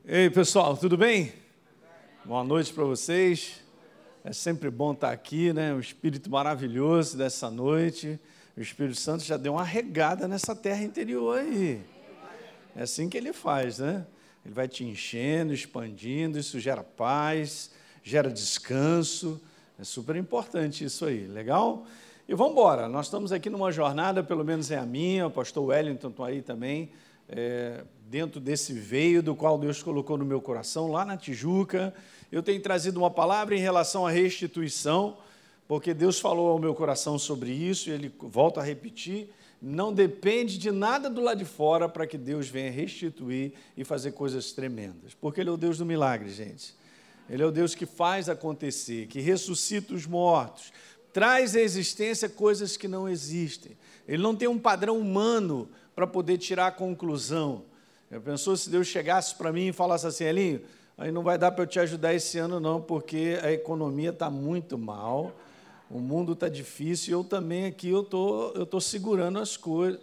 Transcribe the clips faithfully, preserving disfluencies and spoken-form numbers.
Ei, pessoal, tudo bem? Boa noite para vocês. É sempre bom estar aqui, né? Um espírito maravilhoso dessa noite. O Espírito Santo já deu uma regada nessa terra interior aí. É assim que ele faz, né? Ele vai te enchendo, expandindo, isso gera paz, gera descanso. É super importante isso aí, legal? E vamos embora. Nós estamos aqui numa jornada, pelo menos é a minha, o pastor Wellington está aí também, é, dentro desse veio do qual Deus colocou no meu coração, lá na Tijuca. Eu tenho trazido uma palavra em relação à restituição, porque Deus falou ao meu coração sobre isso, e Ele volta a repetir, não depende de nada do lado de fora para que Deus venha restituir e fazer coisas tremendas, porque Ele é o Deus do milagre, gente. Ele é o Deus que faz acontecer, que ressuscita os mortos, traz à existência coisas que não existem. Ele não tem um padrão humano para poder tirar a conclusão. Eu pensou se Deus chegasse para mim e falasse assim, Elinho, aí não vai dar para eu te ajudar esse ano não, porque a economia está muito mal, o mundo está difícil, e eu também aqui eu tô, eu tô segurando as coisas.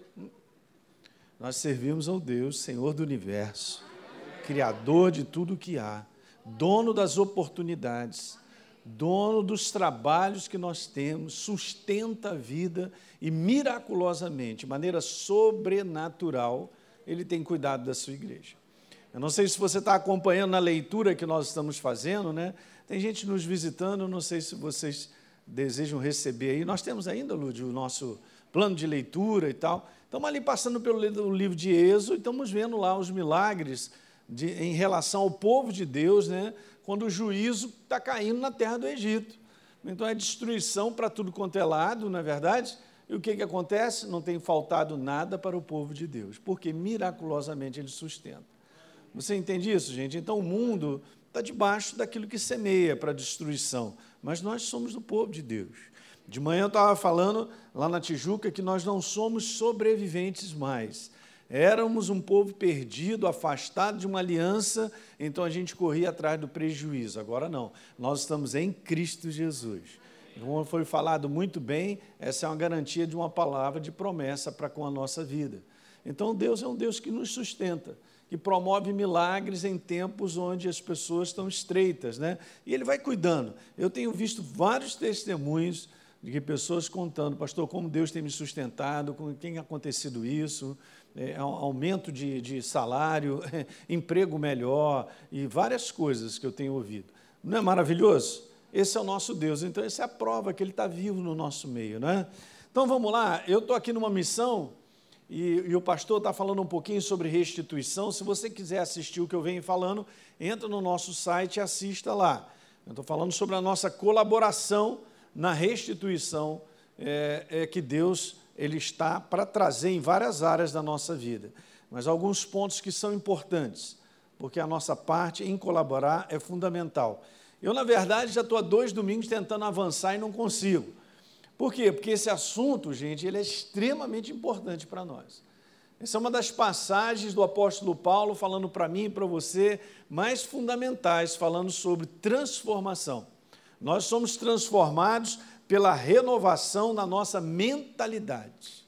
Nós servimos ao Deus, Senhor do universo, Criador de tudo que há, dono das oportunidades, dono dos trabalhos que nós temos, sustenta a vida e miraculosamente, de maneira sobrenatural, Ele tem cuidado da sua igreja. Eu não sei se você está acompanhando na leitura que nós estamos fazendo, né? Tem gente nos visitando, não sei se vocês desejam receber aí. Nós temos ainda, Lúdio, o nosso plano de leitura e tal. Estamos ali passando pelo livro de Êxodo e estamos vendo lá os milagres de, em relação ao povo de Deus, né? Quando o juízo está caindo na terra do Egito. Então é destruição para tudo quanto é lado, não é verdade? E o que, que acontece? Não tem faltado nada para o povo de Deus, porque miraculosamente Ele sustenta. Você entende isso, gente? Então o mundo está debaixo daquilo que semeia para a destruição, mas nós somos do povo de Deus. De manhã eu estava falando lá na Tijuca que nós não somos sobreviventes mais. Éramos um povo perdido, afastado de uma aliança, então a gente corria atrás do prejuízo. Agora não, nós estamos em Cristo Jesus. Como foi falado muito bem, essa é uma garantia de uma palavra de promessa para com a nossa vida. Então Deus é um Deus que nos sustenta, que promove milagres em tempos onde as pessoas estão estreitas, né? E Ele vai cuidando. Eu tenho visto vários testemunhos de pessoas contando, pastor, como Deus tem me sustentado, como tem acontecido isso, é, aumento de, de salário, é, emprego melhor e várias coisas que eu tenho ouvido. Não é maravilhoso? Esse é o nosso Deus. Então, essa é a prova que Ele está vivo no nosso meio, né? Então, vamos lá. Eu estou aqui numa missão e, e o pastor está falando um pouquinho sobre restituição. Se você quiser assistir o que eu venho falando, entra no nosso site e assista lá. Eu estou falando sobre a nossa colaboração na restituição é, é, que Deus ele está para trazer em várias áreas da nossa vida. Mas alguns pontos que são importantes, porque a nossa parte em colaborar é fundamental. Eu, na verdade, já estou há dois domingos tentando avançar e não consigo. Por quê? Porque esse assunto, gente, ele é extremamente importante para nós. Essa é uma das passagens do apóstolo Paulo, falando para mim e para você, mais fundamentais, falando sobre transformação. Nós somos transformados pela renovação da nossa mentalidade,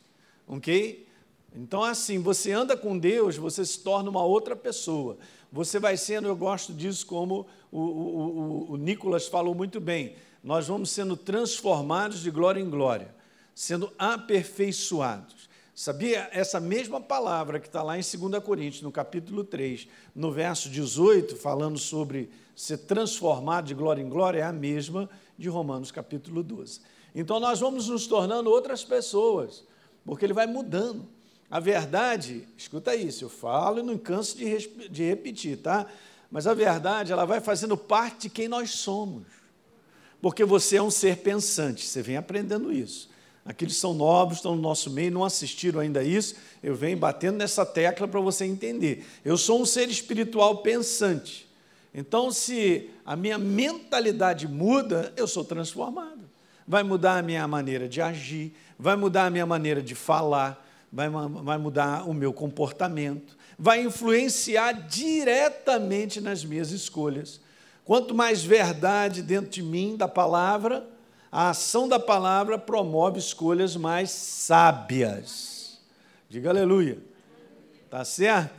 ok? Então, assim, você anda com Deus, você se torna uma outra pessoa. Você vai sendo, eu gosto disso, como o, o, o, o Nicolas falou muito bem, nós vamos sendo transformados de glória em glória, sendo aperfeiçoados. Sabia? Essa mesma palavra que está lá em dois Coríntios, no capítulo três, no verso dezoito, falando sobre ser transformado de glória em glória, é a mesma de Romanos, capítulo doze. Então, nós vamos nos tornando outras pessoas, porque ele vai mudando. A verdade, escuta isso, eu falo e não canso de, de repetir, tá? Mas a verdade, ela vai fazendo parte de quem nós somos, porque você é um ser pensante, você vem aprendendo isso. Aqueles que são novos, estão no nosso meio, não assistiram ainda isso, eu venho batendo nessa tecla para você entender. Eu sou um ser espiritual pensante. Então, se a minha mentalidade muda, eu sou transformado. Vai mudar a minha maneira de agir, vai mudar a minha maneira de falar, vai, vai mudar o meu comportamento, vai influenciar diretamente nas minhas escolhas. Quanto mais verdade dentro de mim, da palavra, a ação da palavra promove escolhas mais sábias. Diga aleluia. Tá certo?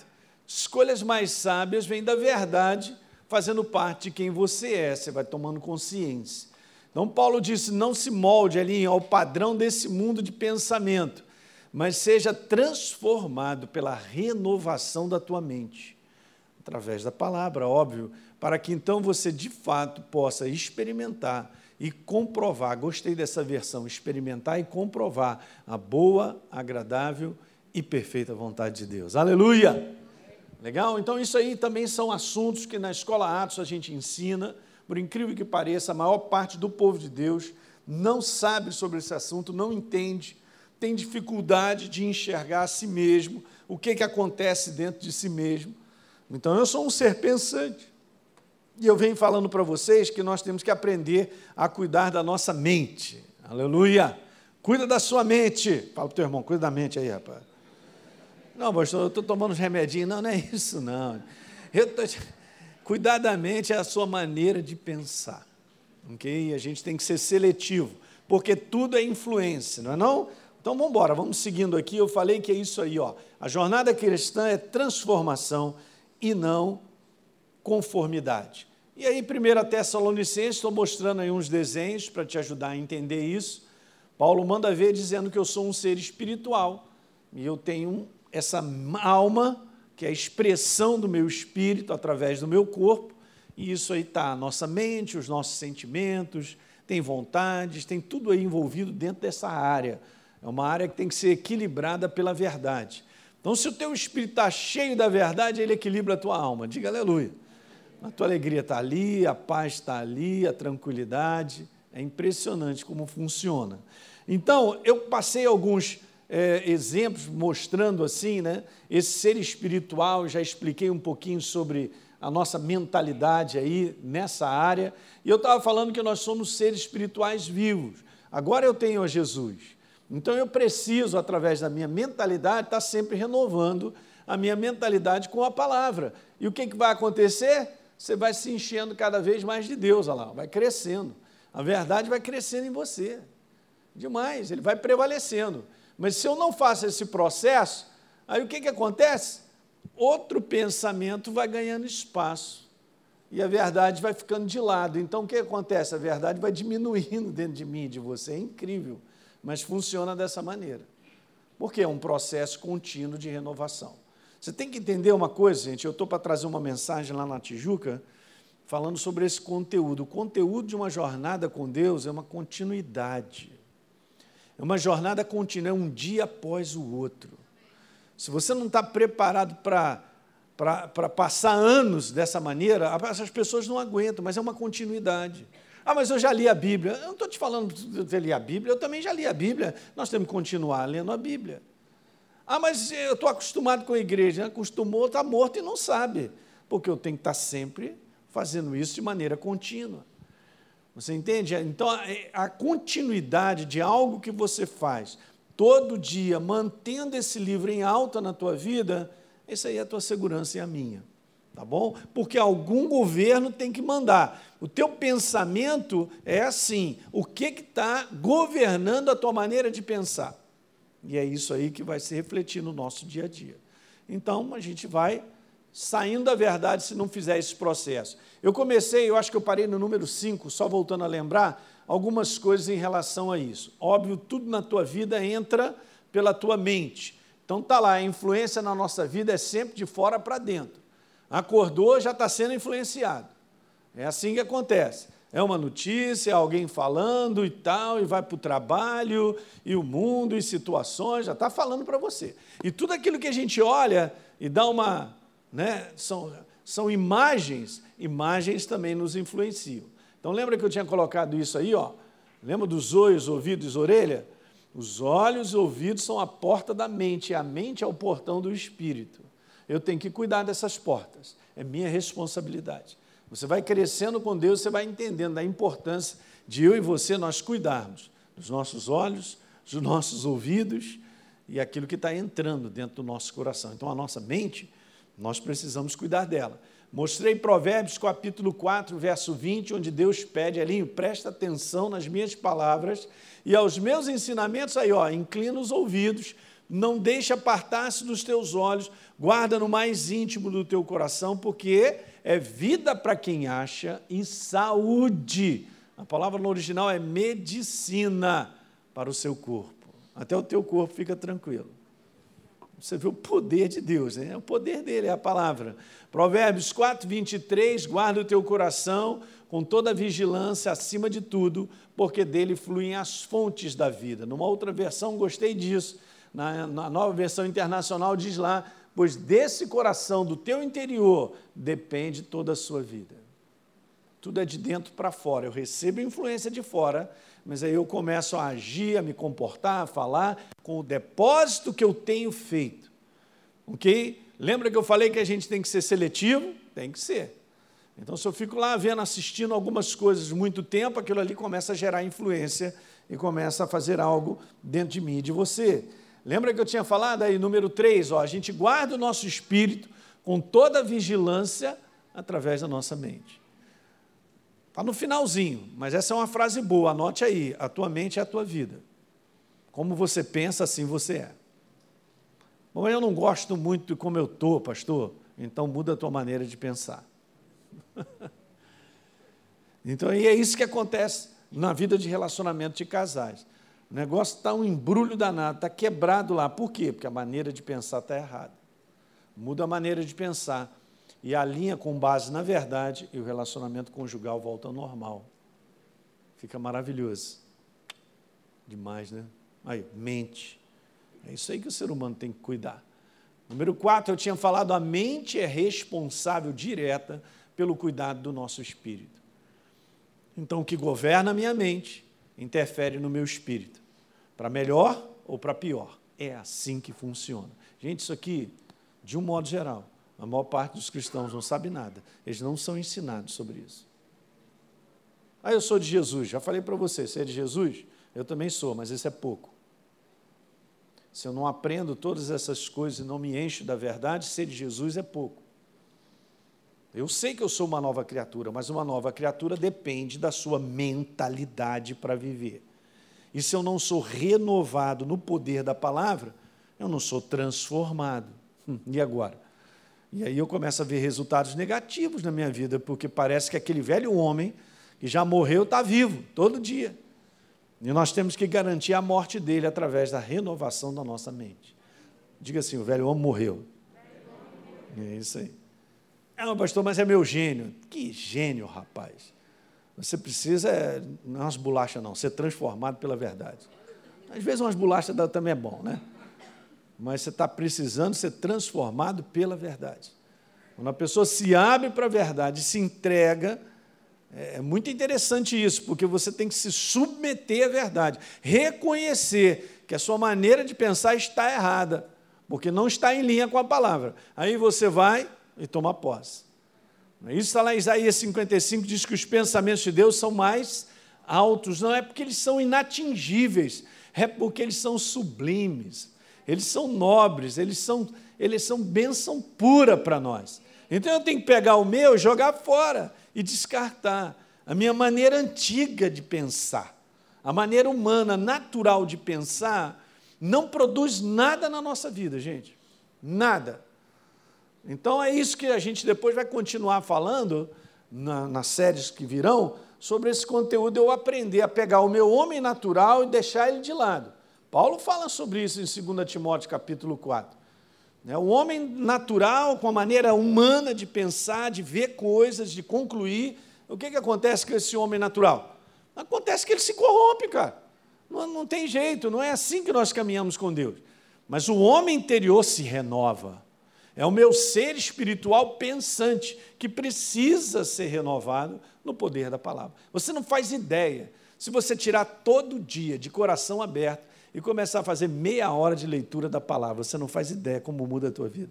Escolhas mais sábias vêm da verdade, fazendo parte de quem você é, você vai tomando consciência. Então, Paulo disse, não se molde ali ao padrão desse mundo de pensamento, mas seja transformado pela renovação da tua mente, através da palavra, óbvio, para que então você, de fato, possa experimentar e comprovar, gostei dessa versão, experimentar e comprovar a boa, agradável e perfeita vontade de Deus. Aleluia! Legal? Então, isso aí também são assuntos que na Escola Atos a gente ensina. Por incrível que pareça, a maior parte do povo de Deus não sabe sobre esse assunto, não entende, tem dificuldade de enxergar a si mesmo, o que, que acontece dentro de si mesmo. Então, eu sou um ser pensante. E eu venho falando para vocês que nós temos que aprender a cuidar da nossa mente. Aleluia! Cuida da sua mente. Fala para o teu irmão, cuida da mente aí, rapaz. Não, pastor, eu estou tomando uns remedinhos. Não, não é isso, não. Eu tô... Cuidar da mente é a sua maneira de pensar. Ok? A gente tem que ser seletivo, porque tudo é influência, não é não? Então, vamos embora, vamos seguindo aqui. Eu falei que é isso aí, ó. A jornada cristã é transformação e não conformidade. E aí, primeira Tessalonicenses, estou mostrando aí uns desenhos para te ajudar a entender isso. Paulo manda ver dizendo que eu sou um ser espiritual e eu tenho essa alma, que é a expressão do meu espírito através do meu corpo, e isso aí está a nossa mente, os nossos sentimentos, tem vontades, tem tudo aí envolvido dentro dessa área. É uma área que tem que ser equilibrada pela verdade. Então, se o teu espírito está cheio da verdade, ele equilibra a tua alma. Diga aleluia. A tua alegria está ali, a paz está ali, a tranquilidade. É impressionante como funciona. Então, eu passei alguns é, exemplos mostrando assim, né, esse ser espiritual, já expliquei um pouquinho sobre a nossa mentalidade aí nessa área, e eu estava falando que nós somos seres espirituais vivos. Agora eu tenho a Jesus. Então, eu preciso, através da minha mentalidade, estar sempre renovando a minha mentalidade com a palavra. E o que, que vai acontecer? Você vai se enchendo cada vez mais de Deus, olha lá, vai crescendo. A verdade vai crescendo em você. Demais, ele vai prevalecendo. Mas se eu não faço esse processo, aí o que, que acontece? Outro pensamento vai ganhando espaço. E a verdade vai ficando de lado. Então, o que acontece? A verdade vai diminuindo dentro de mim e de você. É incrível. Mas funciona dessa maneira, porque é um processo contínuo de renovação. Você tem que entender uma coisa, gente, eu estou para trazer uma mensagem lá na Tijuca, falando sobre esse conteúdo. O conteúdo de uma jornada com Deus é uma continuidade, é uma jornada contínua, é um dia após o outro. Se você não está preparado para, para, para passar anos dessa maneira, essas pessoas não aguentam, mas é uma continuidade. Ah, mas eu já li a Bíblia. Eu não estou te falando de você ler a Bíblia, eu também já li a Bíblia. Nós temos que continuar lendo a Bíblia. Ah, mas eu estou acostumado com a igreja. Acostumou, está morto e não sabe. Porque eu tenho que estar sempre fazendo isso de maneira contínua. Você entende? Então, a continuidade de algo que você faz todo dia, mantendo esse livro em alta na tua vida, essa aí é a tua segurança e a minha. Tá bom? Porque algum governo tem que mandar. O teu pensamento é assim, o que está governando a tua maneira de pensar? E é isso aí que vai se refletir no nosso dia a dia. Então, a gente vai saindo da verdade se não fizer esse processo. Eu comecei, eu acho que eu parei no número cinco, só voltando a lembrar, algumas coisas em relação a isso. Óbvio, tudo na tua vida entra pela tua mente. Então, está lá, a influência na nossa vida é sempre de fora para dentro. Acordou, já está sendo influenciado. É assim que acontece. É uma notícia, é alguém falando e tal, e vai para o trabalho, e o mundo, e situações, já está falando para você. E tudo aquilo que a gente olha e dá uma... Né, são, são imagens, imagens também nos influenciam. Então, lembra que eu tinha colocado isso aí? Ó? Lembra dos olhos, ouvidos e orelha? Os olhos e ouvidos são a porta da mente, e a mente é o portão do espírito. Eu tenho que cuidar dessas portas, é minha responsabilidade. Você vai crescendo com Deus, você vai entendendo da importância de eu e você nós cuidarmos dos nossos olhos, dos nossos ouvidos e aquilo que está entrando dentro do nosso coração. Então, a nossa mente, nós precisamos cuidar dela. Mostrei Provérbios, capítulo quatro, verso vinte, onde Deus pede ali, presta atenção nas minhas palavras e aos meus ensinamentos, aí, ó, inclina os ouvidos, não deixe apartar-se dos teus olhos, guarda no mais íntimo do teu coração, porque é vida para quem acha e saúde. A palavra no original é medicina para o seu corpo. Até o teu corpo fica tranquilo. Você vê o poder de Deus, né? O poder dele é a palavra. Provérbios quatro, vinte e três, guarda o teu coração com toda a vigilância acima de tudo, porque dele fluem as fontes da vida. Numa outra versão, gostei disso, na, na nova versão internacional diz lá, pois desse coração, do teu interior, depende toda a sua vida. Tudo é de dentro para fora. Eu recebo influência de fora, mas aí eu começo a agir, a me comportar, a falar com o depósito que eu tenho feito. Ok? Lembra que eu falei que a gente tem que ser seletivo? Tem que ser. Então, se eu fico lá vendo, assistindo algumas coisas muito tempo, aquilo ali começa a gerar influência e começa a fazer algo dentro de mim e de você. Lembra que eu tinha falado aí, número três, ó, a gente guarda o nosso espírito com toda a vigilância através da nossa mente. Está no finalzinho, mas essa é uma frase boa, anote aí, a tua mente é a tua vida. Como você pensa, assim você é. Bom, eu não gosto muito de como eu estou, pastor, então muda a tua maneira de pensar. Então, e é isso que acontece na vida de relacionamento de casais. O negócio está um embrulho danado, está quebrado lá. Por quê? Porque a maneira de pensar está errada. Muda a maneira de pensar e alinha com base na verdade e o relacionamento conjugal volta ao normal. Fica maravilhoso. Demais, né? Aí, mente. É isso aí que o ser humano tem que cuidar. Número quatro, eu tinha falado, a mente é responsável direta pelo cuidado do nosso espírito. Então, o que governa a minha mente interfere no meu espírito, para melhor ou para pior. É assim que funciona. Gente, isso aqui, de um modo geral, a maior parte dos cristãos não sabe nada. Eles não são ensinados sobre isso. Ah, eu sou de Jesus. Já falei para você, você é de Jesus? Eu também sou, mas isso é pouco. Se eu não aprendo todas essas coisas e não me encho da verdade, ser de Jesus é pouco. Eu sei que eu sou uma nova criatura, mas uma nova criatura depende da sua mentalidade para viver. E se eu não sou renovado no poder da palavra, eu não sou transformado. Hum, e agora? E aí eu começo a ver resultados negativos na minha vida, porque parece que aquele velho homem que já morreu está vivo, todo dia. E nós temos que garantir a morte dele através da renovação da nossa mente. Diga assim, o velho homem morreu. É isso aí. Ah, pastor, mas é meu gênio. Que gênio, rapaz. Você precisa, não é umas bolachas não, ser transformado pela verdade. Às vezes umas bolachas também é bom, né? Mas você está precisando ser transformado pela verdade. Quando a pessoa se abre para a verdade, se entrega, é muito interessante isso, porque você tem que se submeter à verdade, reconhecer que a sua maneira de pensar está errada, porque não está em linha com a palavra. Aí você vai e toma posse. Isso está lá em Isaías cinquenta e cinco, diz que os pensamentos de Deus são mais altos, não é porque eles são inatingíveis, é porque eles são sublimes, eles são nobres, eles são, eles são bênção pura para nós. Então eu tenho que pegar o meu, jogar fora e descartar a minha maneira antiga de pensar. A maneira humana, natural de pensar, não produz nada na nossa vida, gente. Nada. Então, é isso que a gente depois vai continuar falando, na, nas séries que virão, sobre esse conteúdo, eu aprender a pegar o meu homem natural e deixar ele de lado. Paulo fala sobre isso em dois Timóteo, capítulo quatro. O homem natural, com a maneira humana de pensar, de ver coisas, de concluir, o que, que acontece com esse homem natural? Acontece que ele se corrompe, cara. Não, não tem jeito, não é assim que nós caminhamos com Deus. Mas o homem interior se renova. É o meu ser espiritual pensante, que precisa ser renovado no poder da palavra. Você não faz ideia, se você tirar todo dia de coração aberto e começar a fazer meia hora de leitura da palavra, você não faz ideia como muda a tua vida.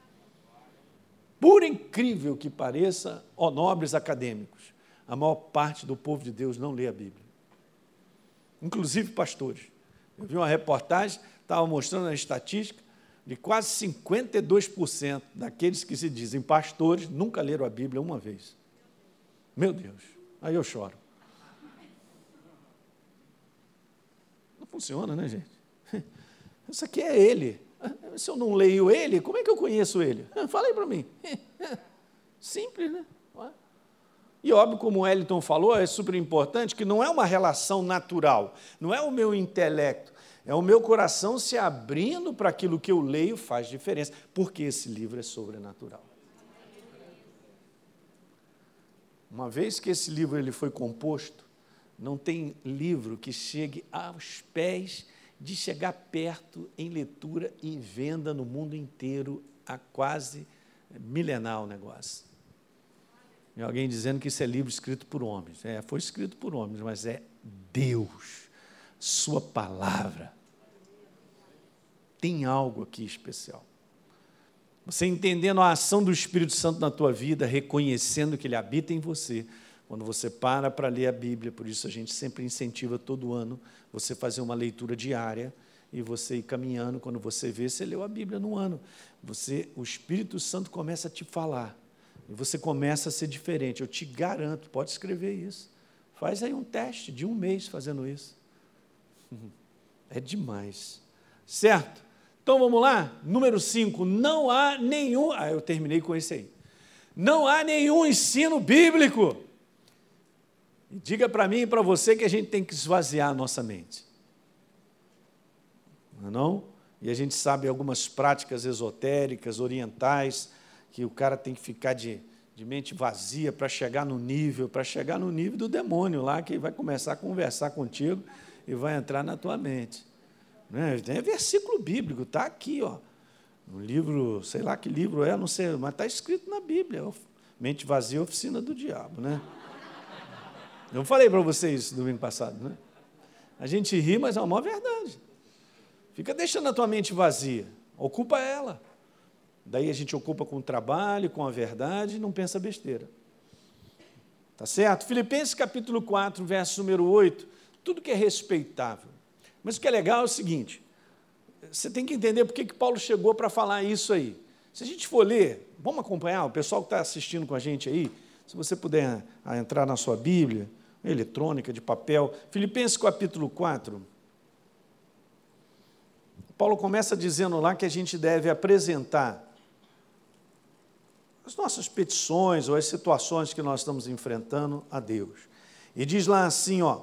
Por incrível que pareça, ó nobres acadêmicos, a maior parte do povo de Deus não lê a Bíblia. Inclusive pastores. Eu vi uma reportagem, estava mostrando a estatística, de quase cinquenta e dois por cento daqueles que se dizem pastores nunca leram a Bíblia uma vez. Meu Deus, aí eu choro. Não funciona, né, gente? Isso aqui é ele. Se eu não leio ele, como é que eu conheço ele? Fala aí para mim. Simples, né? E óbvio, como o Wellington falou, é super importante que não é uma relação natural, não é o meu intelecto, é o meu coração se abrindo para aquilo que eu leio faz diferença, porque esse livro é sobrenatural. Uma vez que esse livro ele foi composto, não tem livro que chegue aos pés de chegar perto em leitura e venda no mundo inteiro há quase milenar o negócio. E alguém dizendo que isso é livro escrito por homens. É, foi escrito por homens, mas é Deus, sua palavra. Tem algo aqui especial. Você entendendo a ação do Espírito Santo na tua vida, reconhecendo que ele habita em você, quando você para para ler a Bíblia, por isso a gente sempre incentiva todo ano você fazer uma leitura diária e você ir caminhando, quando você vê, você leu a Bíblia no ano. Você, o Espírito Santo começa a te falar. E você começa a ser diferente. Eu te garanto, pode escrever isso. Faz aí um teste de um mês fazendo isso. É demais. Certo? Então vamos lá? Número cinco. Não há nenhum... Ah, eu terminei com esse aí. Não há nenhum ensino bíblico. E diga para mim e para você que a gente tem que esvaziar a nossa mente. Não é não? E a gente sabe algumas práticas esotéricas, orientais, que o cara tem que ficar de, de mente vazia para chegar no nível, para chegar no nível do demônio lá, que vai começar a conversar contigo e vai entrar na tua mente. Né? É versículo bíblico, está aqui, ó, no livro, sei lá que livro é, não sei, mas está escrito na Bíblia, mente vazia, oficina do diabo, né? Eu falei para vocês isso domingo passado, né? A gente ri, mas é uma maior verdade. Fica deixando a tua mente vazia, ocupa ela. Daí a gente ocupa com o trabalho, com a verdade, e não pensa besteira. Tá certo? Filipenses capítulo quatro, verso número oito, tudo que é respeitável. Mas o que é legal é o seguinte, você tem que entender por que que Paulo chegou para falar isso aí. Se a gente for ler, vamos acompanhar, o pessoal que está assistindo com a gente aí, se você puder entrar na sua Bíblia, eletrônica, de papel, Filipenses capítulo quatro, Paulo começa dizendo lá que a gente deve apresentar as nossas petições ou as situações que nós estamos enfrentando a Deus. E diz lá assim, ó,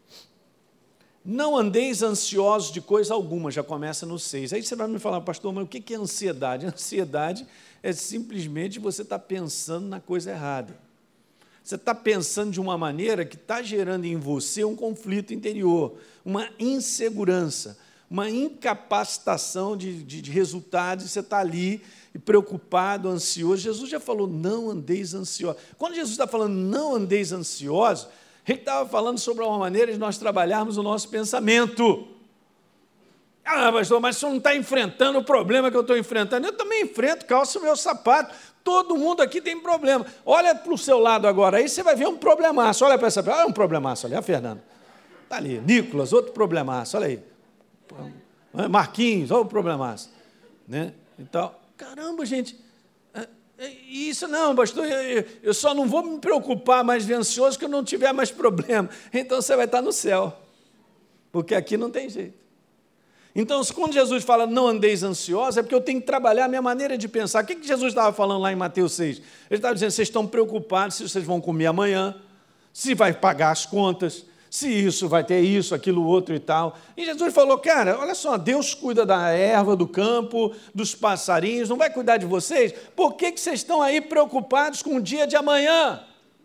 não andeis ansiosos de coisa alguma, já começa no seis. Aí você vai me falar, pastor, mas o que é ansiedade? Ansiedade é simplesmente você estar pensando na coisa errada. Você está pensando de uma maneira que está gerando em você um conflito interior, uma insegurança, uma incapacitação de, de, de resultados, você está ali preocupado, ansioso. Jesus já falou, não andeis ansiosos. Quando Jesus está falando, não andeis ansiosos, ele estava falando sobre uma maneira de nós trabalharmos o nosso pensamento. Ah, pastor, mas o senhor não está enfrentando o problema que eu estou enfrentando. Eu também enfrento, calço o meu sapato. Todo mundo aqui tem problema. Olha para o seu lado agora, aí você vai ver um problemaço. Olha para essa pessoa, olha um problemaço ali, a Fernanda. Está ali, Nicolas, outro problemaço, olha aí. Marquinhos, olha o problemaço. Né? Então, caramba, gente, isso não, pastor, eu só não vou me preocupar mais de ansioso que eu não tiver mais problema. Então você vai estar no céu, porque aqui não tem jeito. Então, quando Jesus fala não andeis ansiosos, é porque eu tenho que trabalhar a minha maneira de pensar. O que que Jesus estava falando lá em Mateus seis? Ele estava dizendo, vocês estão preocupados se vocês vão comer amanhã, se vai pagar as contas, se isso vai ter isso, aquilo, outro e tal. E Jesus falou, cara, olha só, Deus cuida da erva do campo, dos passarinhos, não vai cuidar de vocês? Por que que vocês estão aí preocupados com o dia de amanhã?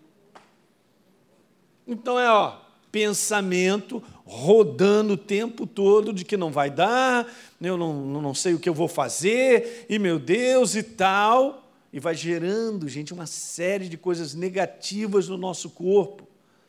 Então é, ó, pensamento rodando o tempo todo de que não vai dar, eu não, não sei o que eu vou fazer, e meu Deus e tal, e vai gerando, gente, uma série de coisas negativas no nosso corpo.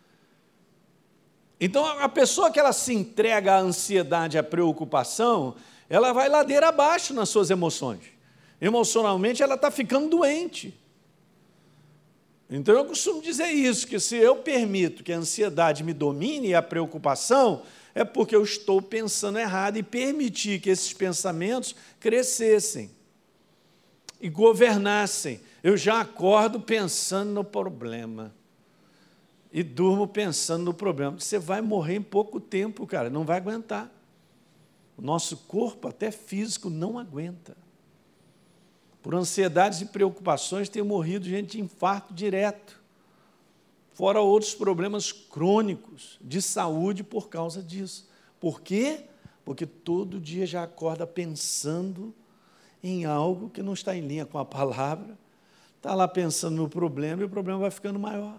Então, a pessoa que ela se entrega à ansiedade, à preocupação, ela vai ladeira abaixo nas suas emoções. Emocionalmente, ela está ficando doente. Então, eu costumo dizer isso, que se eu permito que a ansiedade me domine e a preocupação, é porque eu estou pensando errado e permiti que esses pensamentos crescessem e governassem. Eu já acordo pensando no problema. E durmo pensando no problema. Você vai morrer em pouco tempo, cara, não vai aguentar. O nosso corpo, até físico, não aguenta. Por ansiedades e preocupações, tem morrido gente de infarto direto. Fora outros problemas crônicos de saúde por causa disso. Por quê? Porque todo dia já acorda pensando em algo que não está em linha com a palavra, está lá pensando no problema e o problema vai ficando maior.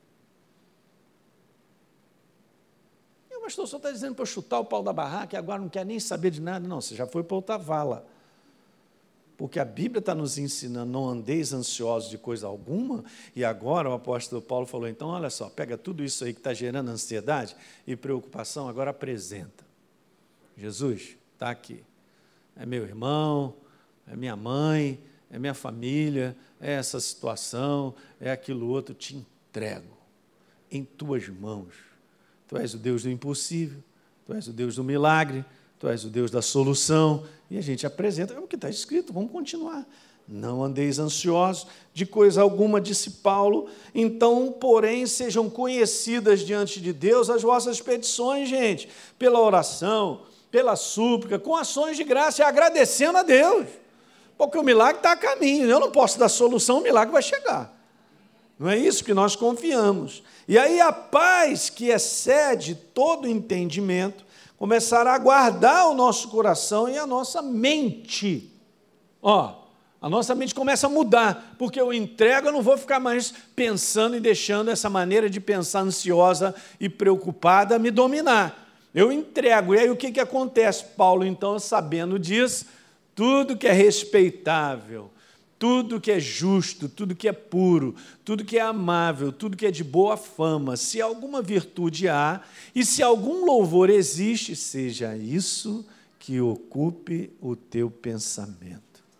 E o pastor só está dizendo para eu chutar o pau da barraca e agora não quer nem saber de nada. Não, você já foi para outra vala. Porque a Bíblia está nos ensinando, não andeis ansiosos de coisa alguma, e agora o apóstolo Paulo falou, então, olha só, pega tudo isso aí que está gerando ansiedade e preocupação, agora apresenta. Jesus está aqui. É meu irmão, é minha mãe, é minha família, é essa situação, é aquilo outro, te entrego em tuas mãos. Tu és o Deus do impossível, tu és o Deus do milagre, tu és o Deus da solução, e a gente apresenta, é o que está escrito, vamos continuar. Não andeis ansiosos de coisa alguma, disse Paulo, então, porém, sejam conhecidas diante de Deus as vossas petições, gente, pela oração, pela súplica, com ações de graça, e agradecendo a Deus, porque o milagre está a caminho, eu não posso dar solução, o milagre vai chegar. Não é isso que nós confiamos. E aí a paz que excede todo entendimento, começará a guardar o nosso coração e a nossa mente. Ó, a nossa mente começa a mudar, porque eu entrego, eu não vou ficar mais pensando e deixando essa maneira de pensar ansiosa e preocupada me dominar. Eu entrego, e aí o que, que acontece? Paulo, então, sabendo disso, tudo que é respeitável, tudo que é justo, tudo que é puro, tudo que é amável, tudo que é de boa fama, se alguma virtude há, e se algum louvor existe, seja isso que ocupe o teu pensamento.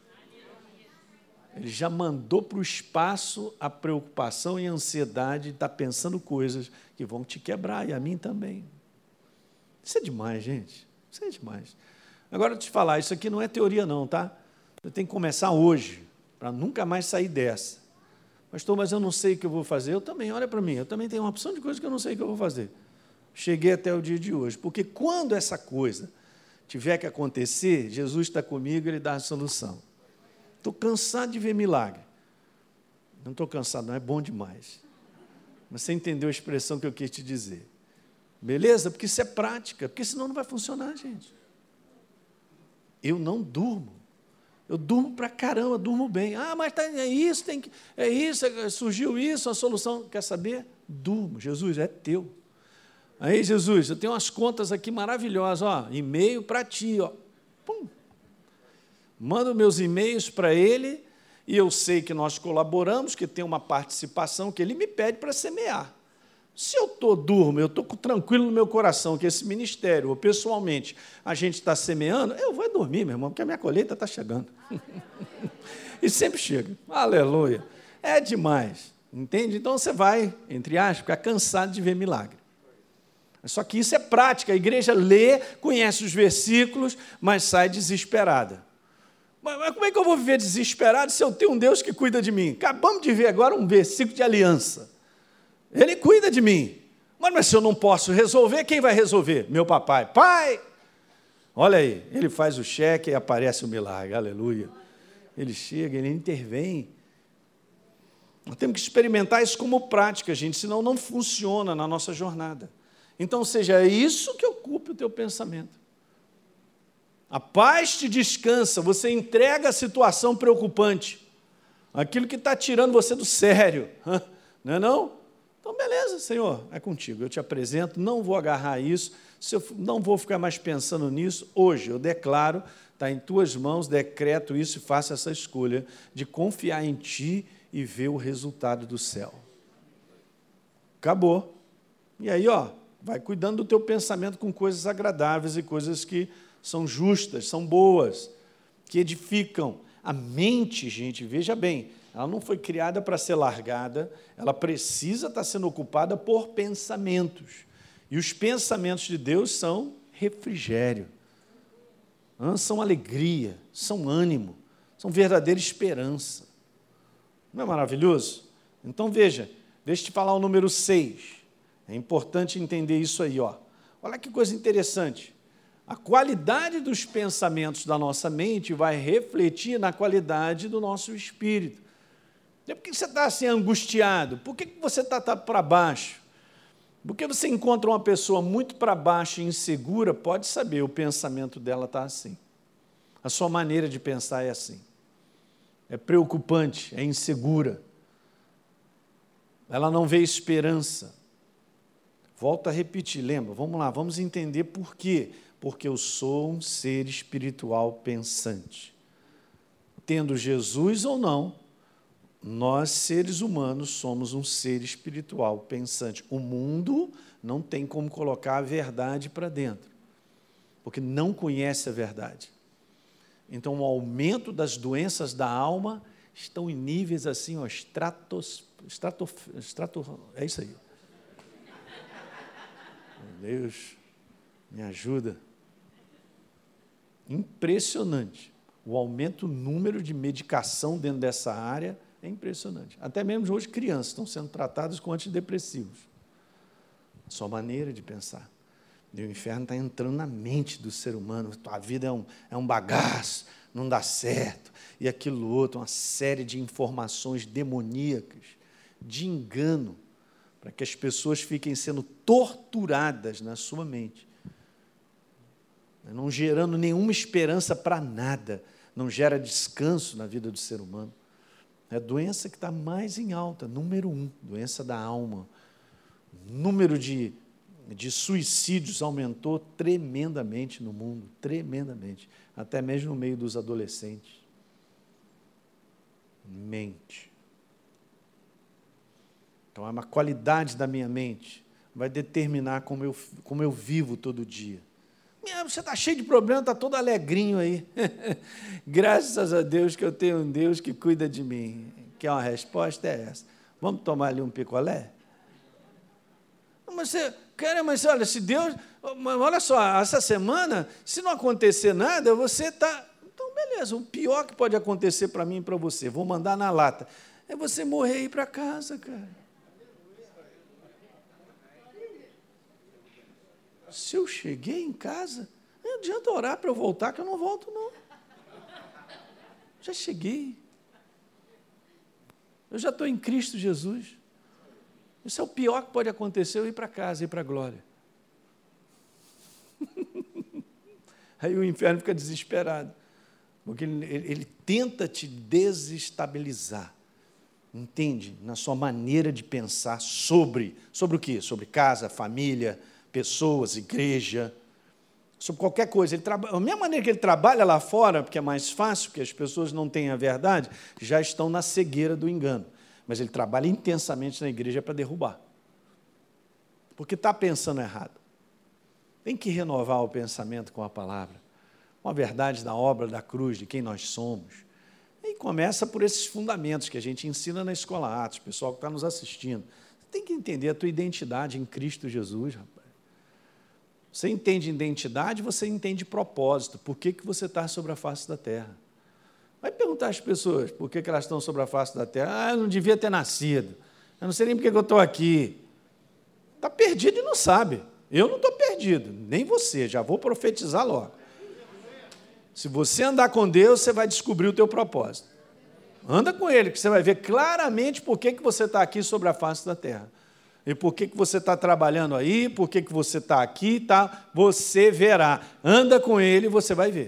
Ele já mandou para o espaço a preocupação e a ansiedade de estar pensando coisas que vão te quebrar, e a mim também. Isso é demais, gente. Isso é demais. Agora, eu te falar, isso aqui não é teoria não, tá? Você tem que começar hoje, para nunca mais sair dessa. Pastor, mas eu não sei o que eu vou fazer. Eu também, olha para mim, eu também tenho uma opção de coisa que eu não sei o que eu vou fazer. Cheguei até o dia de hoje, porque quando essa coisa tiver que acontecer, Jesus está comigo, Ele dá a solução. Estou cansado de ver milagre. Não estou cansado, não, é bom demais. Mas você entendeu a expressão que eu quis te dizer. Beleza? Porque isso é prática, porque senão não vai funcionar, gente. Eu não durmo. Eu durmo pra caramba, durmo bem. Ah, mas tá, é isso, tem que, é isso, é, surgiu isso, a solução. Quer saber? Durmo. Jesus, é teu. Aí, Jesus, eu tenho umas contas aqui maravilhosas, ó, e-mail para ti, ó. Pum. Mando meus e-mails para ele, e eu sei que nós colaboramos, que tem uma participação que ele me pede para semear. Se eu estou durmo, eu estou tranquilo no meu coração que esse ministério, ou pessoalmente, a gente está semeando, eu vou dormir, meu irmão, porque a minha colheita está chegando. E sempre chega. Aleluia. É demais. Entende? Então você vai, entre aspas, ficar cansado de ver milagre. Só que isso é prática. A igreja lê, conhece os versículos, mas sai desesperada. Mas, mas como é que eu vou viver desesperado se eu tenho um Deus que cuida de mim? Acabamos de ver agora um versículo de aliança. Ele cuida de mim. Mas, mas se eu não posso resolver, quem vai resolver? Meu papai. Pai! Olha aí, ele faz o cheque e aparece o milagre. Aleluia. Ele chega, ele intervém. Nós temos que experimentar isso como prática, gente, senão não funciona na nossa jornada. Então, seja isso que ocupe o teu pensamento. A paz te descansa, você entrega a situação preocupante, aquilo que está tirando você do sério. Não é não? Então, beleza, Senhor, é contigo, eu te apresento, não vou agarrar isso, se eu não vou ficar mais pensando nisso, hoje eu declaro, está em tuas mãos, decreto isso e faço essa escolha de confiar em ti e ver o resultado do céu. Acabou. E aí, ó, vai cuidando do teu pensamento com coisas agradáveis e coisas que são justas, são boas, que edificam. A mente, gente, veja bem, ela não foi criada para ser largada, ela precisa estar sendo ocupada por pensamentos. E os pensamentos de Deus são refrigério, são alegria, são ânimo, são verdadeira esperança. Não é maravilhoso? Então, veja, deixa eu te falar o número seis. É importante entender isso aí, ó. Olha que coisa interessante. A qualidade dos pensamentos da nossa mente vai refletir na qualidade do nosso espírito. Por que você está assim angustiado? Por que você está tá para baixo? Porque você encontra uma pessoa muito para baixo e insegura, pode saber, o pensamento dela está assim. A sua maneira de pensar é assim. É preocupante, é insegura. Ela não vê esperança. Volto a repetir, lembra? Vamos lá, vamos entender por quê. Porque eu sou um ser espiritual pensante. Tendo Jesus ou não, nós, seres humanos, somos um ser espiritual pensante. O mundo não tem como colocar a verdade para dentro, porque não conhece a verdade. Então, o aumento das doenças da alma estão em níveis assim, ó, estratos, estrato, estrato, é isso aí. Meu Deus, me ajuda. Impressionante. O aumento do número de medicação dentro dessa área é impressionante. Até mesmo hoje crianças estão sendo tratadas com antidepressivos. Sua maneira de pensar. E o inferno está entrando na mente do ser humano. A vida é um, é um bagaço, não dá certo. E aquilo outro, uma série de informações demoníacas, de engano, para que as pessoas fiquem sendo torturadas na sua mente. Não gerando nenhuma esperança para nada. Não gera descanso na vida do ser humano. É a doença que está mais em alta, número um, doença da alma. O número de, de suicídios aumentou tremendamente no mundo, tremendamente, até mesmo no meio dos adolescentes. Mente. Então, é uma qualidade da minha mente, vai determinar como eu, como eu vivo todo dia. Você está cheio de problema, está todo alegrinho aí. Graças a Deus que eu tenho um Deus que cuida de mim. Que a resposta é essa. Vamos tomar ali um picolé? Mas você, cara, mas olha, se Deus... Olha só, essa semana, se não acontecer nada, você está... Então, beleza, o pior que pode acontecer para mim e para você, vou mandar na lata, é você morrer e ir para casa, cara. Se eu cheguei em casa, não adianta orar para eu voltar, que eu não volto, não. Já cheguei. Eu já estou em Cristo Jesus. Isso é o pior que pode acontecer, eu ir para casa, ir para a glória. Aí o inferno fica desesperado, porque ele, ele, ele tenta te desestabilizar. Entende? Na sua maneira de pensar sobre, sobre o quê? Sobre casa, família, pessoas, igreja, sobre qualquer coisa. Ele traba... A mesma maneira que ele trabalha lá fora, porque é mais fácil, porque as pessoas não têm a verdade, já estão na cegueira do engano. Mas ele trabalha intensamente na igreja para derrubar. Porque está pensando errado. Tem que renovar o pensamento com a palavra, com a verdade da obra da cruz, de quem nós somos. E começa por esses fundamentos que a gente ensina na Escola Atos, o pessoal que está nos assistindo. Você tem que entender a tua identidade em Cristo Jesus, rapaz. Você entende identidade, você entende propósito. Por que, que você está sobre a face da terra? Vai perguntar às pessoas por que, que elas estão sobre a face da terra. Ah, eu não devia ter nascido. Eu não sei nem por que eu estou aqui. Está perdido e não sabe. Eu não estou perdido, nem você. Já vou profetizar logo. Se você andar com Deus, você vai descobrir o teu propósito. Anda com Ele, que você vai ver claramente por que, que você está aqui sobre a face da terra. E por que, que você está trabalhando aí, por que, que você está aqui, tá? Você verá. Anda com Ele e você vai ver.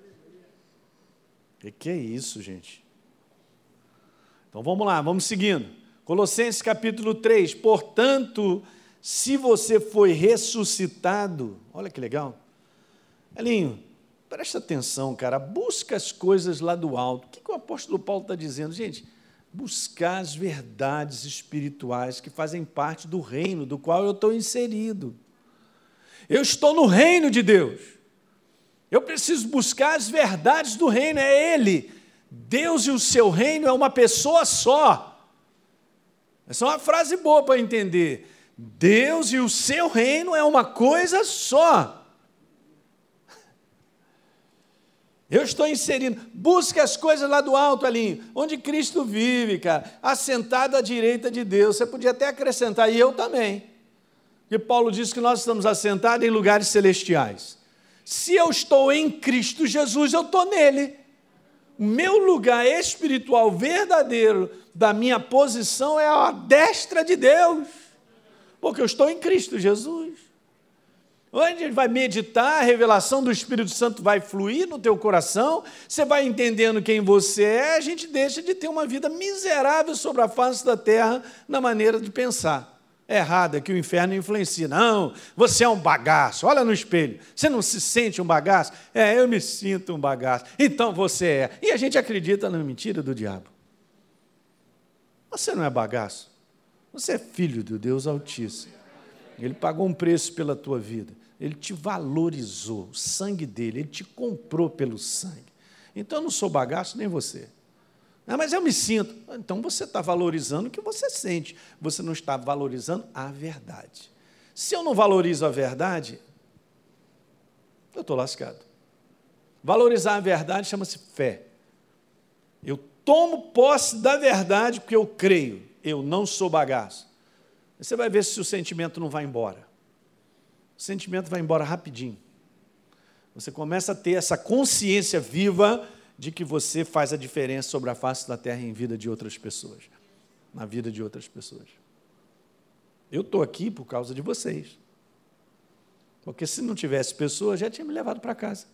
O que, que é isso, gente? Então, vamos lá, vamos seguindo. Colossenses capítulo três. Portanto, se você foi ressuscitado... Olha que legal. Elinho, presta atenção, cara. Busca as coisas lá do alto. O que, que o apóstolo Paulo está dizendo? Gente... buscar as verdades espirituais que fazem parte do reino do qual eu estou inserido. Eu estou no reino de Deus. Eu preciso buscar as verdades do reino, é Ele. Deus e o seu reino é uma pessoa só. Essa é uma frase boa para entender. Deus e o seu reino é uma coisa só. Eu estou inserindo, busque as coisas lá do alto, ali, onde Cristo vive, cara, assentado à direita de Deus. Você podia até acrescentar, e eu também. Porque Paulo diz que nós estamos assentados em lugares celestiais. Se eu estou em Cristo Jesus, eu estou nele. O meu lugar espiritual verdadeiro da minha posição é a destra de Deus, porque eu estou em Cristo Jesus. Onde a gente vai meditar, a revelação do Espírito Santo vai fluir no teu coração, você vai entendendo quem você é, a gente deixa de ter uma vida miserável sobre a face da terra na maneira de pensar. É errado, é que o inferno influencia. Não, você é um bagaço, olha no espelho, você não se sente um bagaço? É, eu me sinto um bagaço, então você é. E a gente acredita na mentira do diabo. Você não é bagaço, você é filho do Deus Altíssimo. Ele pagou um preço pela tua vida, ele te valorizou, o sangue dele, ele te comprou pelo sangue. Então eu não sou bagaço, nem você. Ah, mas eu me sinto. Então você está valorizando o que você sente, você não está valorizando a verdade. Se eu não valorizo a verdade, eu estou lascado. Valorizar a verdade chama-se fé. Eu tomo posse da verdade porque eu creio, eu não sou bagaço. Você vai ver se o sentimento não vai embora. O sentimento vai embora rapidinho. Você começa a ter essa consciência viva de que você faz a diferença sobre a face da terra em vida de outras pessoas, na vida de outras pessoas. Eu estou aqui por causa de vocês. Porque se não tivesse pessoas, já tinha me levado para casa.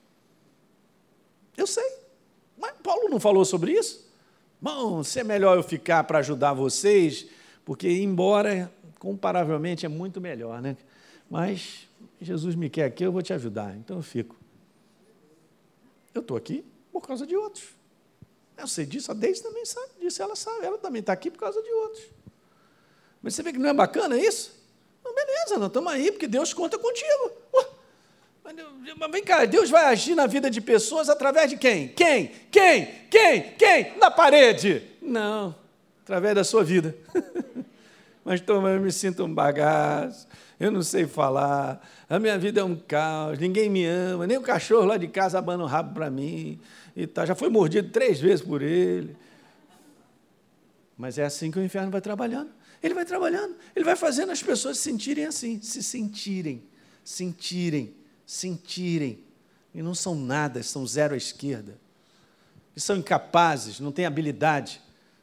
Eu sei. Mas Paulo não falou sobre isso? Bom, se é melhor eu ficar para ajudar vocês, porque ir embora, comparavelmente, é muito melhor, né? Mas Jesus me quer aqui, eu vou te ajudar, então eu fico. Eu estou aqui por causa de outros. Eu sei disso, a Deise também sabe disso, ela sabe, ela também está aqui por causa de outros. Mas você vê que não é bacana isso? Não, beleza, nós estamos aí porque Deus conta contigo. Ué, mas vem cá, Deus vai agir na vida de pessoas através de quem? Quem? Quem? Quem? Quem? Na parede? Não, através da sua vida. Mas então, eu me sinto um bagaço, eu não sei falar, a minha vida é um caos, ninguém me ama, nem o cachorro lá de casa abana o rabo para mim, e tá, já foi mordido três vezes por ele. Mas é assim que o inferno vai trabalhando. Ele vai trabalhando, ele vai fazendo as pessoas se sentirem assim, se sentirem, sentirem, sentirem. E não são nada, são zero à esquerda. E são incapazes, não têm habilidade.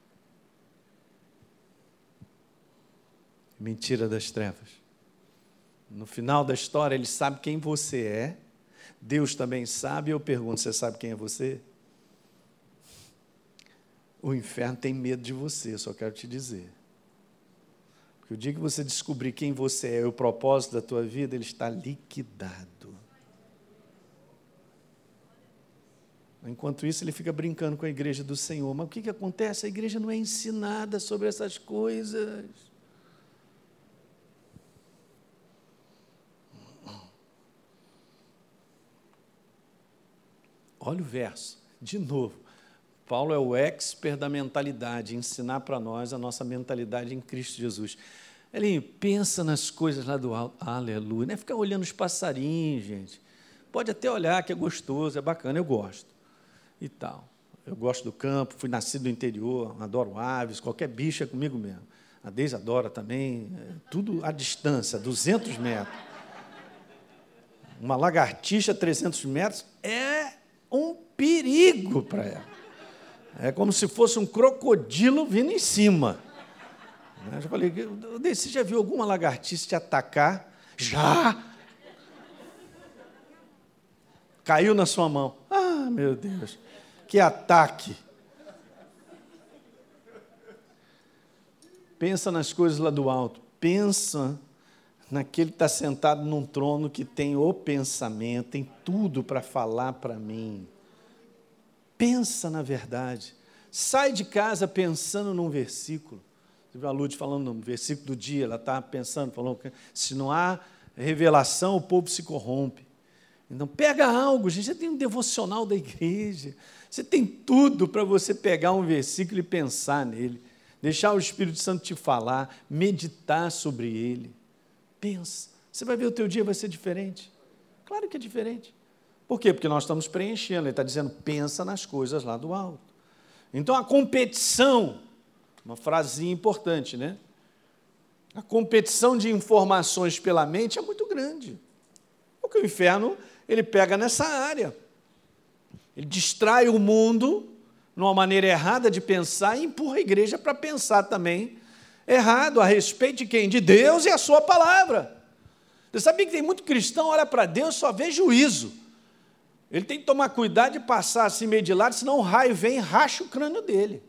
Mentira das trevas. No final da história, ele sabe quem você é, Deus também sabe, e eu pergunto, você sabe quem é você? O inferno tem medo de você, só quero te dizer. Porque o dia que você descobrir quem você é e o propósito da tua vida, ele está liquidado. Enquanto isso, ele fica brincando com a igreja do Senhor. Mas o que, que acontece? A igreja não é ensinada sobre essas coisas. Olha o verso, de novo. Paulo é o expert da mentalidade, ensinar para nós a nossa mentalidade em Cristo Jesus. Ele pensa nas coisas lá do alto, aleluia, não é ficar olhando os passarinhos, gente. Pode até olhar que é gostoso, é bacana, eu gosto. E tal. Eu gosto do campo, fui nascido no interior, adoro aves, qualquer bicho é comigo mesmo. A Deise adora também, é tudo à distância, duzentos metros. Uma lagartixa a trezentos metros é um perigo para ela. É como se fosse um crocodilo vindo em cima. Eu já falei, você já viu alguma lagartixa te atacar? Já! Caiu na sua mão. Ah, meu Deus, que ataque! Pensa nas coisas lá do alto. Pensa naquele que está sentado num trono que tem o pensamento, tem tudo para falar para mim. Pensa na verdade. Sai de casa pensando num versículo. Você viu a Lud falando no versículo do dia, ela está pensando, falando que se não há revelação, o povo se corrompe. Então, pega algo, gente, você tem um devocional da igreja, você tem tudo para você pegar um versículo e pensar nele, deixar o Espírito Santo te falar, meditar sobre ele. Pensa, você vai ver o teu dia vai ser diferente. Claro que é diferente. Por quê? Porque nós estamos preenchendo, ele está dizendo, pensa nas coisas lá do alto. Então, a competição, uma frasinha importante, né? A competição de informações pela mente é muito grande. Porque o inferno, ele pega nessa área. Ele distrai o mundo numa maneira errada de pensar e empurra a igreja para pensar também errado a respeito de quem? De Deus e a sua palavra. Você sabia que tem muito cristão, olha para Deus e só vê juízo. Ele tem que tomar cuidado de passar assim meio de lado, senão o raio vem e racha o crânio dele.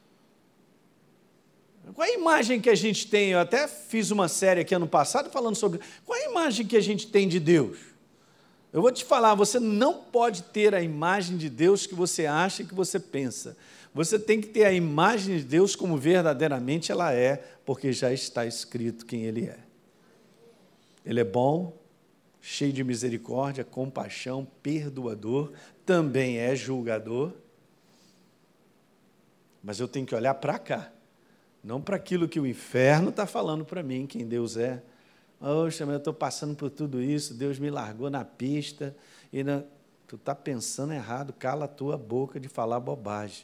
Qual é a imagem que a gente tem? Eu até fiz uma série aqui ano passado falando sobre... Qual é a imagem que a gente tem de Deus? Eu vou te falar, você não pode ter a imagem de Deus que você acha e que você pensa. Você tem que ter a imagem de Deus como verdadeiramente ela é, porque já está escrito quem Ele é. Ele é bom, cheio de misericórdia, compaixão, perdoador, também é julgador. Mas eu tenho que olhar para cá, não para aquilo que o inferno está falando para mim, quem Deus é. Poxa, mas eu estou passando por tudo isso, Deus me largou na pista. E na... Tu está pensando errado, cala a tua boca de falar bobagem.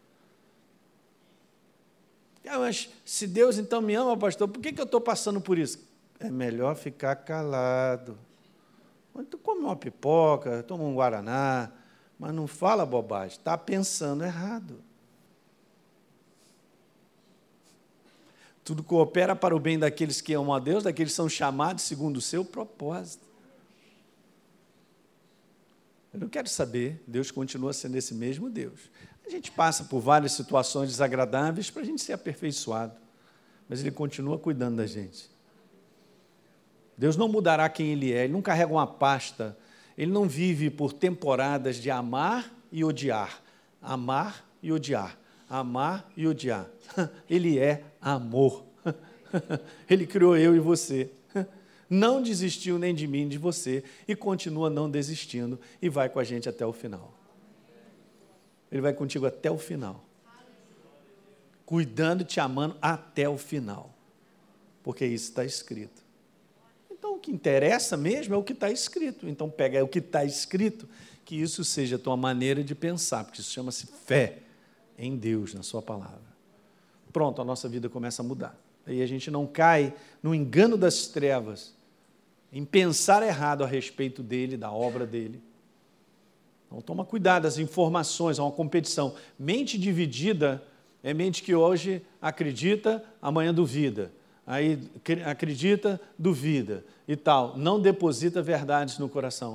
Ah, mas se Deus então me ama, pastor, por que, que eu estou passando por isso? É melhor ficar calado. Tu come uma pipoca, toma um guaraná, mas não fala bobagem, está pensando errado. Tudo coopera para o bem daqueles que amam a Deus, daqueles que são chamados segundo o seu propósito. Eu não quero saber, Deus continua sendo esse mesmo Deus. A gente passa por várias situações desagradáveis para a gente ser aperfeiçoado, mas Ele continua cuidando da gente. Deus não mudará quem Ele é, Ele não carrega uma pasta, Ele não vive por temporadas de amar e odiar, amar e odiar, amar e odiar. Ele é amor. Ele criou eu e você. Não desistiu nem de mim, nem de você, e continua não desistindo, e vai com a gente até o final. Ele vai contigo até o final. Cuidando, te amando até o final. Porque isso está escrito. Então, o que interessa mesmo é o que está escrito. Então, pega o que está escrito, que isso seja a tua maneira de pensar, porque isso chama-se fé em Deus, na sua palavra. Pronto, a nossa vida começa a mudar. Aí a gente não cai no engano das trevas, em pensar errado a respeito dele, da obra dele. Então, toma cuidado, as informações, é uma competição. Mente dividida é mente que hoje acredita, amanhã duvida. Aí acredita, duvida e tal. Não deposita verdades no coração.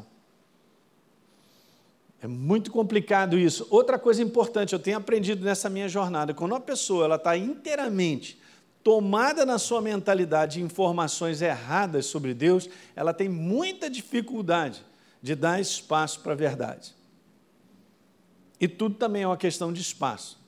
É muito complicado isso. Outra coisa importante, eu tenho aprendido nessa minha jornada, quando uma pessoa ela está inteiramente tomada na sua mentalidade de informações erradas sobre Deus, ela tem muita dificuldade de dar espaço para a verdade. E tudo também é uma questão de espaço.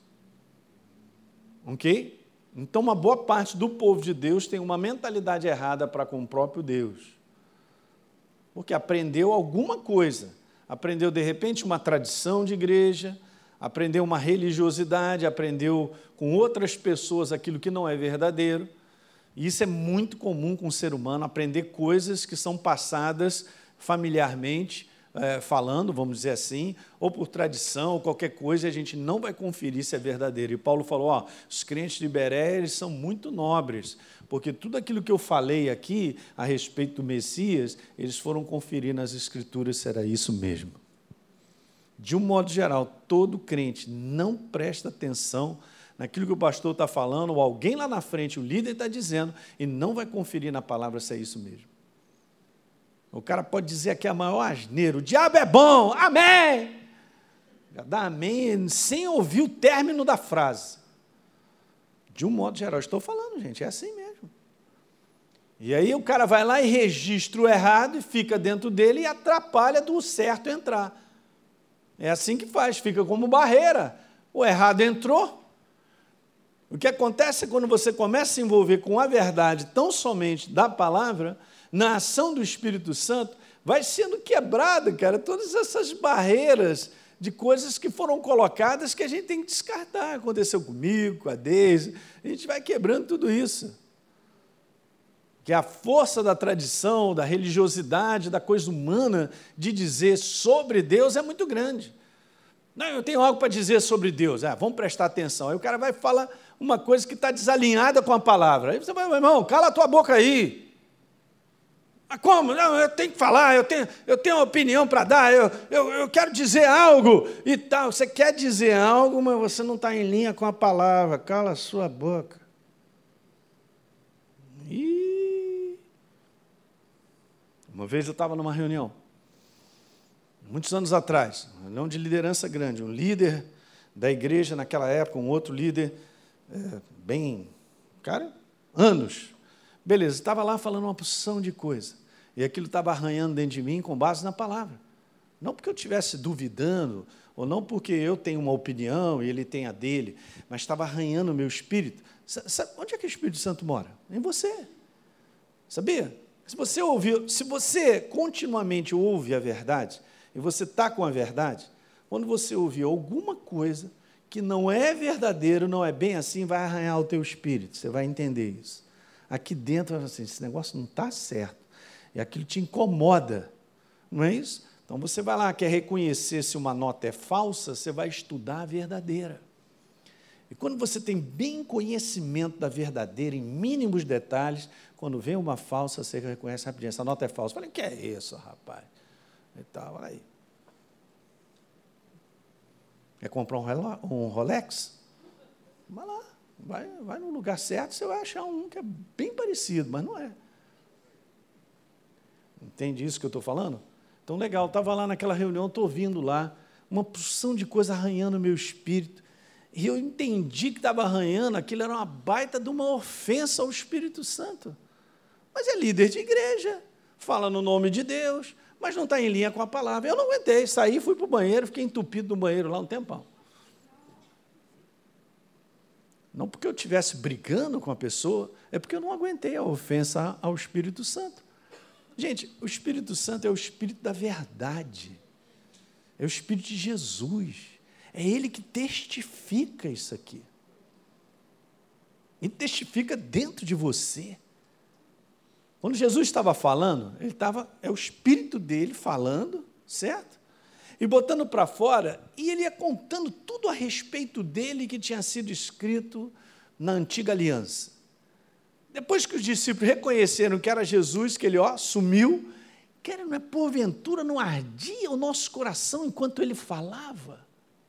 Ok? Então, uma boa parte do povo de Deus tem uma mentalidade errada para com o próprio Deus. Porque aprendeu alguma coisa. Aprendeu, de repente, uma tradição de igreja, aprendeu uma religiosidade, aprendeu com outras pessoas aquilo que não é verdadeiro. E isso é muito comum com o ser humano, aprender coisas que são passadas familiarmente, é, falando, vamos dizer assim, ou por tradição, ou qualquer coisa, a gente não vai conferir se é verdadeiro. E Paulo falou, ó, os crentes de Bereia, eles são muito nobres, porque tudo aquilo que eu falei aqui a respeito do Messias, eles foram conferir nas Escrituras se era isso mesmo. De um modo geral, todo crente não presta atenção naquilo que o pastor está falando, ou alguém lá na frente, o líder está dizendo, e não vai conferir na palavra se é isso mesmo. O cara pode dizer aqui a maior asneira, o diabo é bom, amém! Dá amém sem ouvir o término da frase. De um modo geral, estou falando, gente, é assim mesmo. E aí o cara vai lá e registra o errado e fica dentro dele e atrapalha do certo entrar. É assim que faz, fica como barreira. O errado entrou. O que acontece é quando você começa a se envolver com a verdade tão somente da palavra, na ação do Espírito Santo, vai sendo quebrada, cara, todas essas barreiras de coisas que foram colocadas que a gente tem que descartar. Aconteceu comigo, com a Deise, a gente vai quebrando tudo isso. Que a força da tradição, da religiosidade, da coisa humana de dizer sobre Deus é muito grande. Não, eu tenho algo para dizer sobre Deus. Ah, vamos prestar atenção. Aí o cara vai falar uma coisa que está desalinhada com a palavra. Aí você vai, meu irmão, cala a tua boca aí. Ah, como? Não, eu tenho que falar, eu tenho, eu tenho uma opinião para dar, eu, eu, eu quero dizer algo e tal. Você quer dizer algo, mas você não está em linha com a palavra. Cala a sua boca. E uma vez eu estava numa reunião, muitos anos atrás, uma reunião de liderança grande, um líder da igreja naquela época, um outro líder, é, bem, cara, anos. Beleza, estava lá falando uma porção de coisa, e aquilo estava arranhando dentro de mim com base na palavra. Não porque eu estivesse duvidando, ou não porque eu tenho uma opinião e ele tem a dele, mas estava arranhando o meu espírito. Sabe onde é que o Espírito Santo mora? Em você. Sabia? Se você ouvir, se você continuamente ouve a verdade, e você está com a verdade, quando você ouvir alguma coisa que não é verdadeiro, não é bem assim, vai arranhar o teu espírito, você vai entender isso. Aqui dentro, assim, esse negócio não está certo, e aquilo te incomoda, não é isso? Então, você vai lá, quer reconhecer se uma nota é falsa, você vai estudar a verdadeira. E quando você tem bem conhecimento da verdadeira, em mínimos detalhes, quando vem uma falsa, você reconhece rapidinho, essa nota é falsa. Eu falei, que é isso, rapaz? E tal, olha aí. Quer comprar um, reló- um Rolex? Vai lá, vai, vai no lugar certo, você vai achar um que é bem parecido, mas não é. Entende isso que eu estou falando? Então, legal, estava lá naquela reunião, estou ouvindo lá, uma porção de coisa arranhando o meu espírito, e eu entendi que estava arranhando, aquilo era uma baita de uma ofensa ao Espírito Santo. Mas é líder de igreja, fala no nome de Deus, mas não está em linha com a palavra. Eu não aguentei, saí, fui para o banheiro, fiquei entupido no banheiro lá um tempão. Não porque eu estivesse brigando com a pessoa, é porque eu não aguentei a ofensa ao Espírito Santo. Gente, o Espírito Santo é o Espírito da verdade, é o Espírito de Jesus, é Ele que testifica isso aqui. Ele testifica dentro de você. Quando Jesus estava falando, ele estava, é o Espírito dele falando, certo? E botando para fora, e ele ia contando tudo a respeito dele que tinha sido escrito na antiga aliança. Depois que os discípulos reconheceram que era Jesus, que ele ó, sumiu, que era, não é, porventura não ardia o nosso coração enquanto ele falava?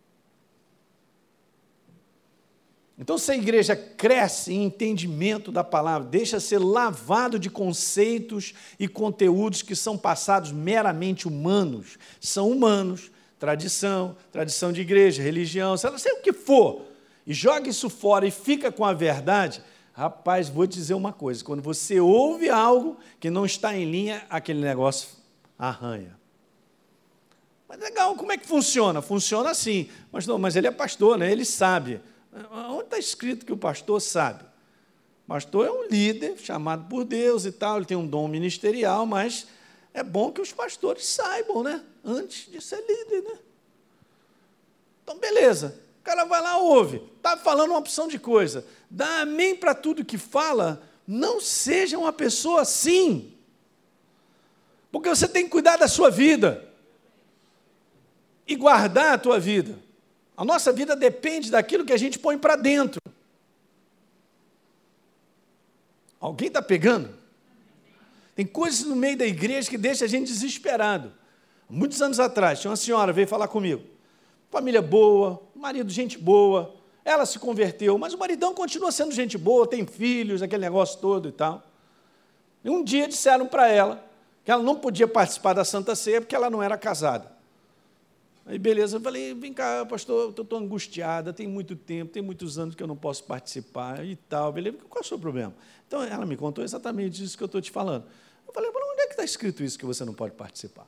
Então, se a igreja cresce em entendimento da palavra, deixa ser lavado de conceitos e conteúdos que são passados meramente humanos, são humanos, tradição, tradição de igreja, religião, sei lá, sei o que for, e joga isso fora e fica com a verdade, rapaz, vou te dizer uma coisa, quando você ouve algo que não está em linha, aquele negócio arranha. Mas legal, como é que funciona? Funciona assim, mas, não, mas ele é pastor, né? Ele sabe. Onde está escrito que o pastor sabe? O pastor é um líder chamado por Deus e tal, ele tem um dom ministerial, mas é bom que os pastores saibam, né? Antes de ser líder, né? Então, beleza. O cara vai lá, ouve, está falando uma opção de coisa, dá amém para tudo que fala, não seja uma pessoa assim, porque você tem que cuidar da sua vida e guardar a tua vida. A nossa vida depende daquilo que a gente põe para dentro. Alguém está pegando? Tem coisas no meio da igreja que deixam a gente desesperado. Muitos anos atrás, tinha uma senhora, veio falar comigo. Família boa, marido gente boa, ela se converteu, mas o maridão continua sendo gente boa, tem filhos, aquele negócio todo e tal. E um dia disseram para ela que ela não podia participar da Santa Ceia porque ela não era casada. Aí, beleza, eu falei, vem cá, pastor, eu estou angustiada, tem muito tempo, tem muitos anos que eu não posso participar e tal, beleza, qual é o seu problema? Então, ela me contou exatamente isso que eu estou te falando. Eu falei, mas onde é que está escrito isso que você não pode participar?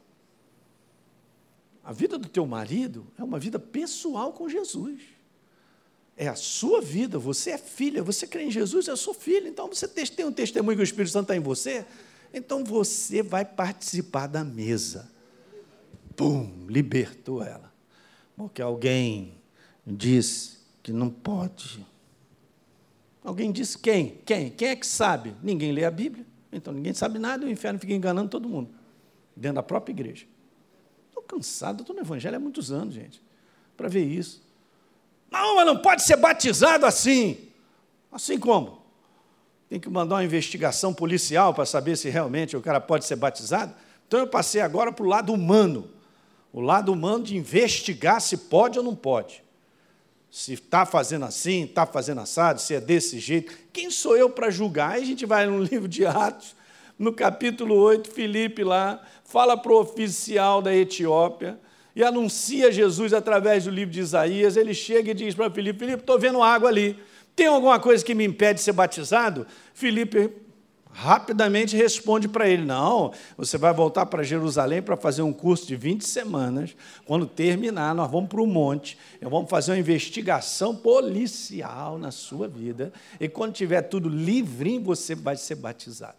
A vida do teu marido é uma vida pessoal com Jesus. É a sua vida, você é filha, você crê em Jesus, eu sou filho, então você tem um testemunho que o Espírito Santo está em você, então você vai participar da mesa. Pum, libertou ela. Porque alguém disse que não pode. Alguém disse quem? Quem? Quem é que sabe? Ninguém lê a Bíblia, então ninguém sabe nada e o inferno fica enganando todo mundo, dentro da própria igreja. Estou cansado, estou no Evangelho há muitos anos, gente, para ver isso. Não, mas não pode ser batizado assim. Assim como? tem que mandar uma investigação policial para saber se realmente o cara pode ser batizado. Então eu passei agora para o lado humano, o lado humano de investigar se pode ou não pode. Se está fazendo assim, está fazendo assado, se é desse jeito. Quem sou eu para julgar? Aí a gente vai no livro de Atos, no capítulo oito, Filipe lá, fala para o oficial da Etiópia e anuncia Jesus através do livro de Isaías. Ele chega e diz para Filipe, Filipe, estou vendo água ali. Tem alguma coisa que me impede de ser batizado? Filipe rapidamente responde para ele, não, você vai voltar para Jerusalém para fazer um curso de vinte semanas. Quando terminar, nós vamos para o monte, vamos fazer uma investigação policial na sua vida, e quando tiver tudo livrinho, você vai ser batizado.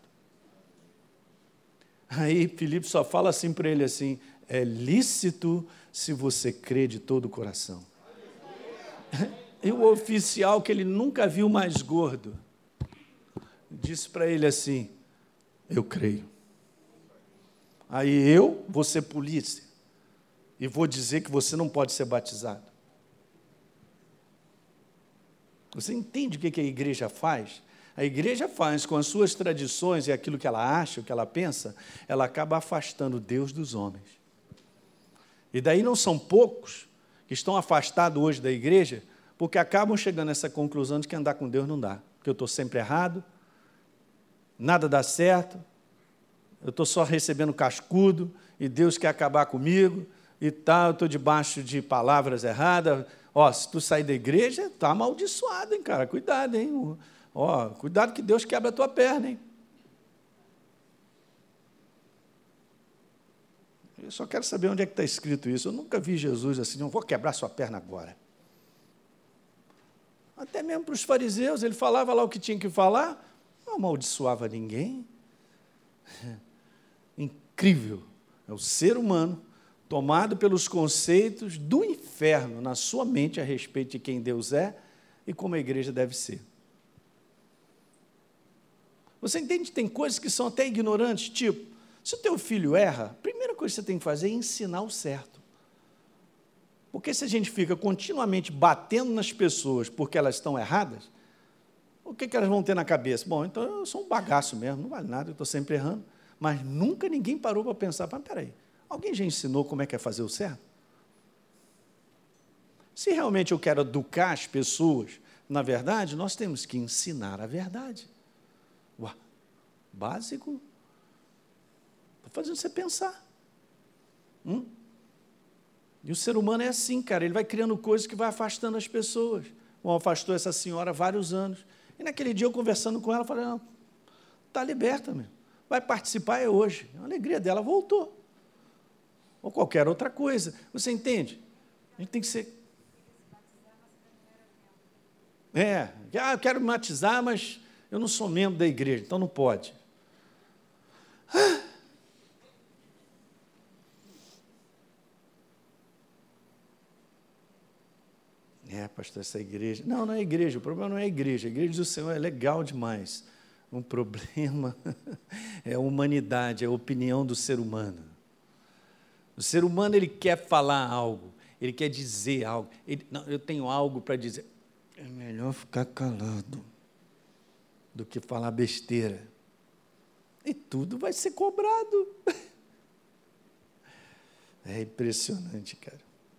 Aí Filipe só fala assim para ele assim, é lícito se você crê de todo o coração. E o oficial, que ele nunca viu mais gordo, disse para ele assim, eu creio. Aí eu vou ser polícia e vou dizer que você não pode ser batizado. Você entende o que a igreja faz? A igreja faz com as suas tradições e aquilo que ela acha, o que ela pensa, ela acaba afastando Deus dos homens. E daí não são poucos que estão afastados hoje da igreja, porque acabam chegando a essa conclusão de que andar com Deus não dá, porque eu estou sempre errado, nada dá certo, eu estou só recebendo cascudo, e Deus quer acabar comigo, e tal, eu estou debaixo de palavras erradas. Ó, se tu sair da igreja, está amaldiçoado, hein, cara, cuidado, hein, ó, cuidado que Deus quebra a tua perna, hein. Eu só quero saber onde é que está escrito isso. Eu nunca vi Jesus assim, não vou quebrar sua perna agora. Até mesmo para os fariseus, ele falava lá o que tinha que falar, não amaldiçoava ninguém. Incrível, é o ser humano tomado pelos conceitos do inferno na sua mente a respeito de quem Deus é e como a igreja deve ser. Você entende que tem coisas que são até ignorantes, tipo, se o teu filho erra, a primeira coisa que você tem que fazer é ensinar o certo. Porque se a gente fica continuamente batendo nas pessoas porque elas estão erradas, o que, que elas vão ter na cabeça? Bom, então eu sou um bagaço mesmo, não vale nada, eu estou sempre errando. Mas nunca ninguém parou para pensar, mas peraí, alguém já ensinou como é que é fazer o certo? Se realmente eu quero educar as pessoas, na verdade, nós temos que ensinar a verdade. Ué, básico. Estou fazendo você pensar. Hum? E o ser humano é assim, cara, ele vai criando coisas que vai afastando as pessoas. Bom, afastou essa senhora há vários anos. E naquele dia eu conversando com ela, falei, não, está liberta, meu. Vai participar é hoje. A alegria dela voltou. Ou qualquer outra coisa. Você entende? A gente tem que ser... É, ah, eu quero me batizar, mas eu não sou membro da igreja, então não pode. Ah. É, pastor, essa igreja... Não, não é igreja, o problema não é a igreja. A igreja do Senhor é legal demais. O problema é a humanidade, é a opinião do ser humano. O ser humano, ele quer falar algo, ele quer dizer algo. Ele, não, eu tenho algo para dizer. É melhor ficar calado do que falar besteira. E tudo vai ser cobrado. É impressionante, cara.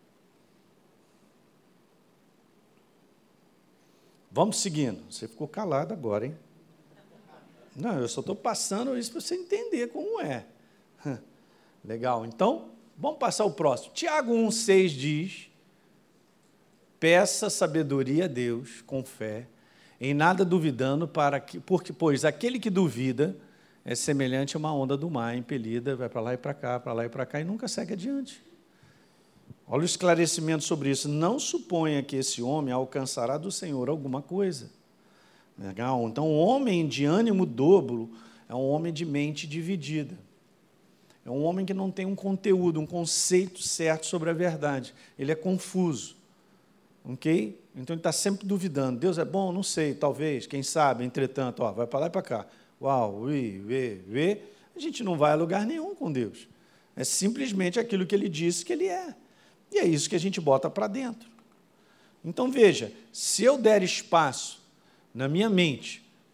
Vamos seguindo. Você ficou calado agora, hein? Não, eu só estou passando isso para você entender como é. Legal, então, vamos passar o próximo. Tiago um, seis diz, peça sabedoria a Deus com fé, em nada duvidando, para que, porque, pois aquele que duvida é semelhante a uma onda do mar, impelida, vai para lá e para cá, para lá e para cá, e nunca segue adiante. Olha o esclarecimento sobre isso. Não suponha que esse homem alcançará do Senhor alguma coisa. Legal? Então, um homem de ânimo dobro é um homem de mente dividida. É um homem que não tem um conteúdo, um conceito certo sobre a verdade. Ele é confuso. Ok? Então, ele está sempre duvidando. Deus é bom? Não sei, talvez, quem sabe, entretanto, ó, vai para lá e para cá. Uau, ui, vê, vê. A gente não vai a lugar nenhum com Deus. É simplesmente aquilo que Ele disse que Ele é. E é isso que a gente bota para dentro. Então, veja, se eu der espaço na minha mente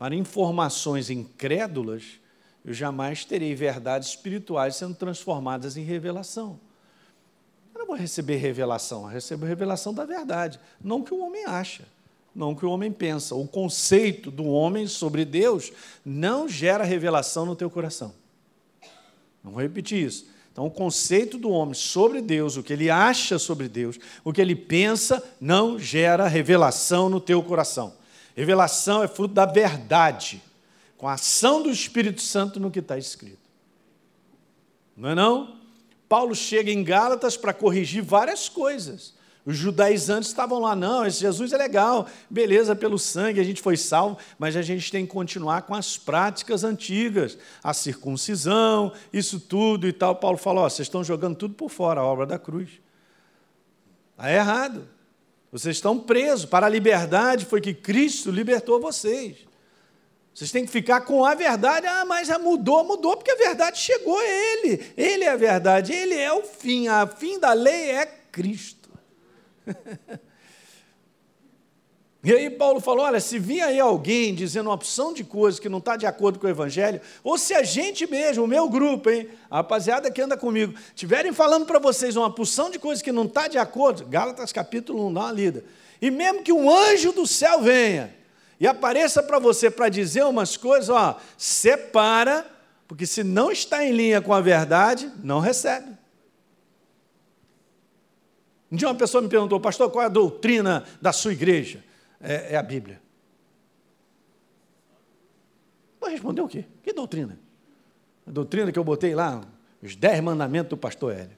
para informações incrédulas, eu jamais terei verdades espirituais sendo transformadas em revelação. Eu não vou receber revelação, eu recebo revelação da verdade, não o que o homem acha, não o que o homem pensa. O conceito do homem sobre Deus não gera revelação no teu coração. Não vou repetir isso. Então, o conceito do homem sobre Deus, o que ele acha sobre Deus, o que ele pensa, não gera revelação no teu coração. Revelação é fruto da verdade, com a ação do Espírito Santo no que está escrito. Não é não? Paulo chega em Gálatas para corrigir várias coisas. Os judaizantes estavam lá, não, esse Jesus é legal, beleza, pelo sangue a gente foi salvo, mas a gente tem que continuar com as práticas antigas, a circuncisão, isso tudo e tal. Paulo falou, ó, vocês estão jogando tudo por fora, a obra da cruz. Está errado. Vocês estão presos. Para a liberdade foi que Cristo libertou vocês. Vocês têm que ficar com a verdade. Ah, mas já mudou, mudou, porque a verdade chegou a Ele. Ele é a verdade, Ele é o fim. A fim da lei é Cristo. E aí Paulo falou, olha, se vir aí alguém dizendo uma opção de coisas que não está de acordo com o Evangelho, ou se a gente mesmo, o meu grupo, hein, a rapaziada que anda comigo, estiverem falando para vocês uma porção de coisas que não está de acordo, Gálatas capítulo um, dá uma lida, e mesmo que um anjo do céu venha e apareça para você para dizer umas coisas, ó, separa, porque se não está em linha com a verdade, não recebe. Um dia uma pessoa me perguntou, pastor, qual é a doutrina da sua igreja? É, é a Bíblia. Vou responder o quê? Que doutrina? A doutrina que eu botei lá, os dez mandamentos do pastor Hélio.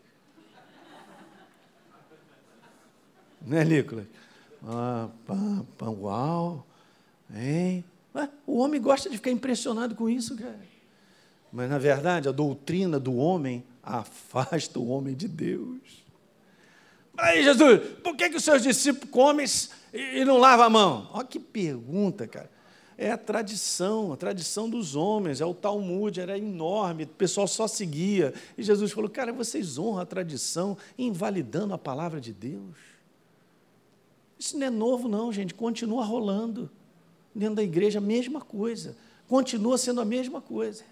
Não é, Nicolas? Ah, pá, pá, uau, hein? Ué, o homem gosta de ficar impressionado com isso, cara. Mas, na verdade, a doutrina do homem afasta o homem de Deus. Aí, Jesus, por que, que os seus discípulos comem e não lavam a mão? Olha que pergunta, cara. É a tradição, a tradição dos homens, é o Talmud, era enorme, o pessoal só seguia. E Jesus falou, cara, vocês honram a tradição, invalidando a palavra de Deus. Isso não é novo, não, gente, continua rolando. Dentro da igreja, a mesma coisa. Continua sendo a mesma coisa.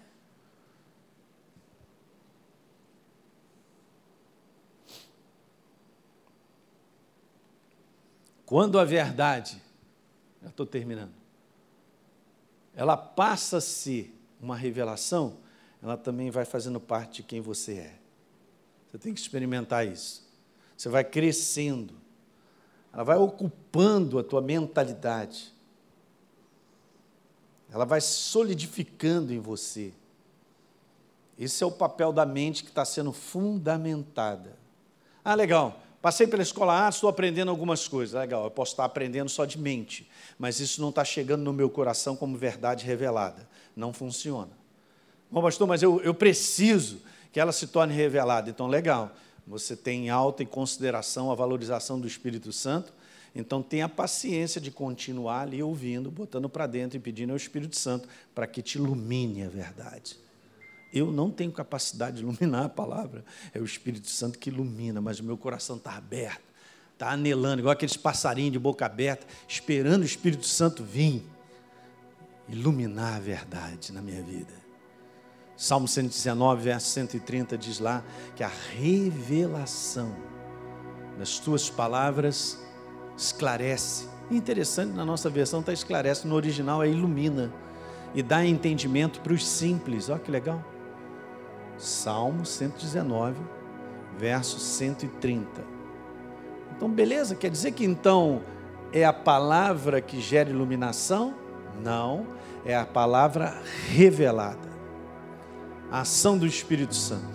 Quando a verdade, já estou terminando, ela passa a ser uma revelação, ela também vai fazendo parte de quem você é. Você tem que experimentar isso. Você vai crescendo, ela vai ocupando a tua mentalidade, ela vai solidificando em você. Esse é o papel da mente que está sendo fundamentada. Ah, legal. Passei pela escola A, estou aprendendo algumas coisas. Legal, eu posso estar aprendendo só de mente, mas isso não está chegando no meu coração como verdade revelada. Não funciona. Bom, pastor, mas eu, eu preciso que ela se torne revelada. Então, legal, você tem em alta em consideração a valorização do Espírito Santo, então tenha paciência de continuar ali ouvindo, botando para dentro e pedindo ao Espírito Santo para que te ilumine a verdade. Eu não tenho capacidade de iluminar a palavra, é o Espírito Santo que ilumina, mas o meu coração está aberto, está anelando, igual aqueles passarinhos de boca aberta, esperando o Espírito Santo vir iluminar a verdade na minha vida. Salmo cento e dezenove, verso cento e trinta, diz lá que a revelação das tuas palavras esclarece. Interessante, na nossa versão está esclarece, no original é ilumina e dá entendimento para os simples. Olha que legal. Salmo cento e dezenove, verso cento e trinta. Então, beleza, quer dizer que então é a palavra que gera iluminação? Não, é a palavra revelada. A ação do Espírito Santo.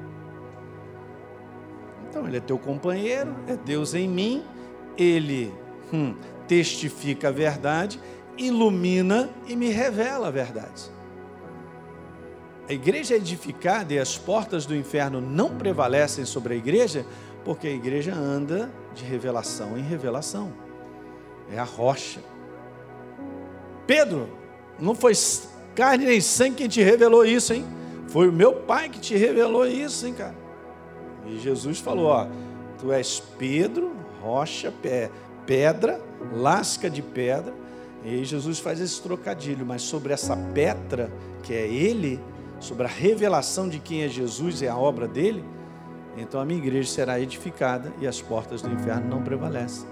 Então, ele é teu companheiro, é Deus em mim, ele hum, testifica a verdade, ilumina e me revela a verdade. A igreja é edificada e as portas do inferno não prevalecem sobre a igreja, porque a igreja anda de revelação em revelação. É a rocha. Pedro, não foi carne nem sangue quem te revelou isso, hein? Foi o meu Pai que te revelou isso, hein, cara? E Jesus falou, ó, tu és Pedro, rocha, pedra, lasca de pedra, E aí Jesus faz esse trocadilho, mas sobre essa Petra, que é Ele, sobre a revelação de quem é Jesus e a obra dele, então a minha igreja será edificada e as portas do inferno não prevalecem.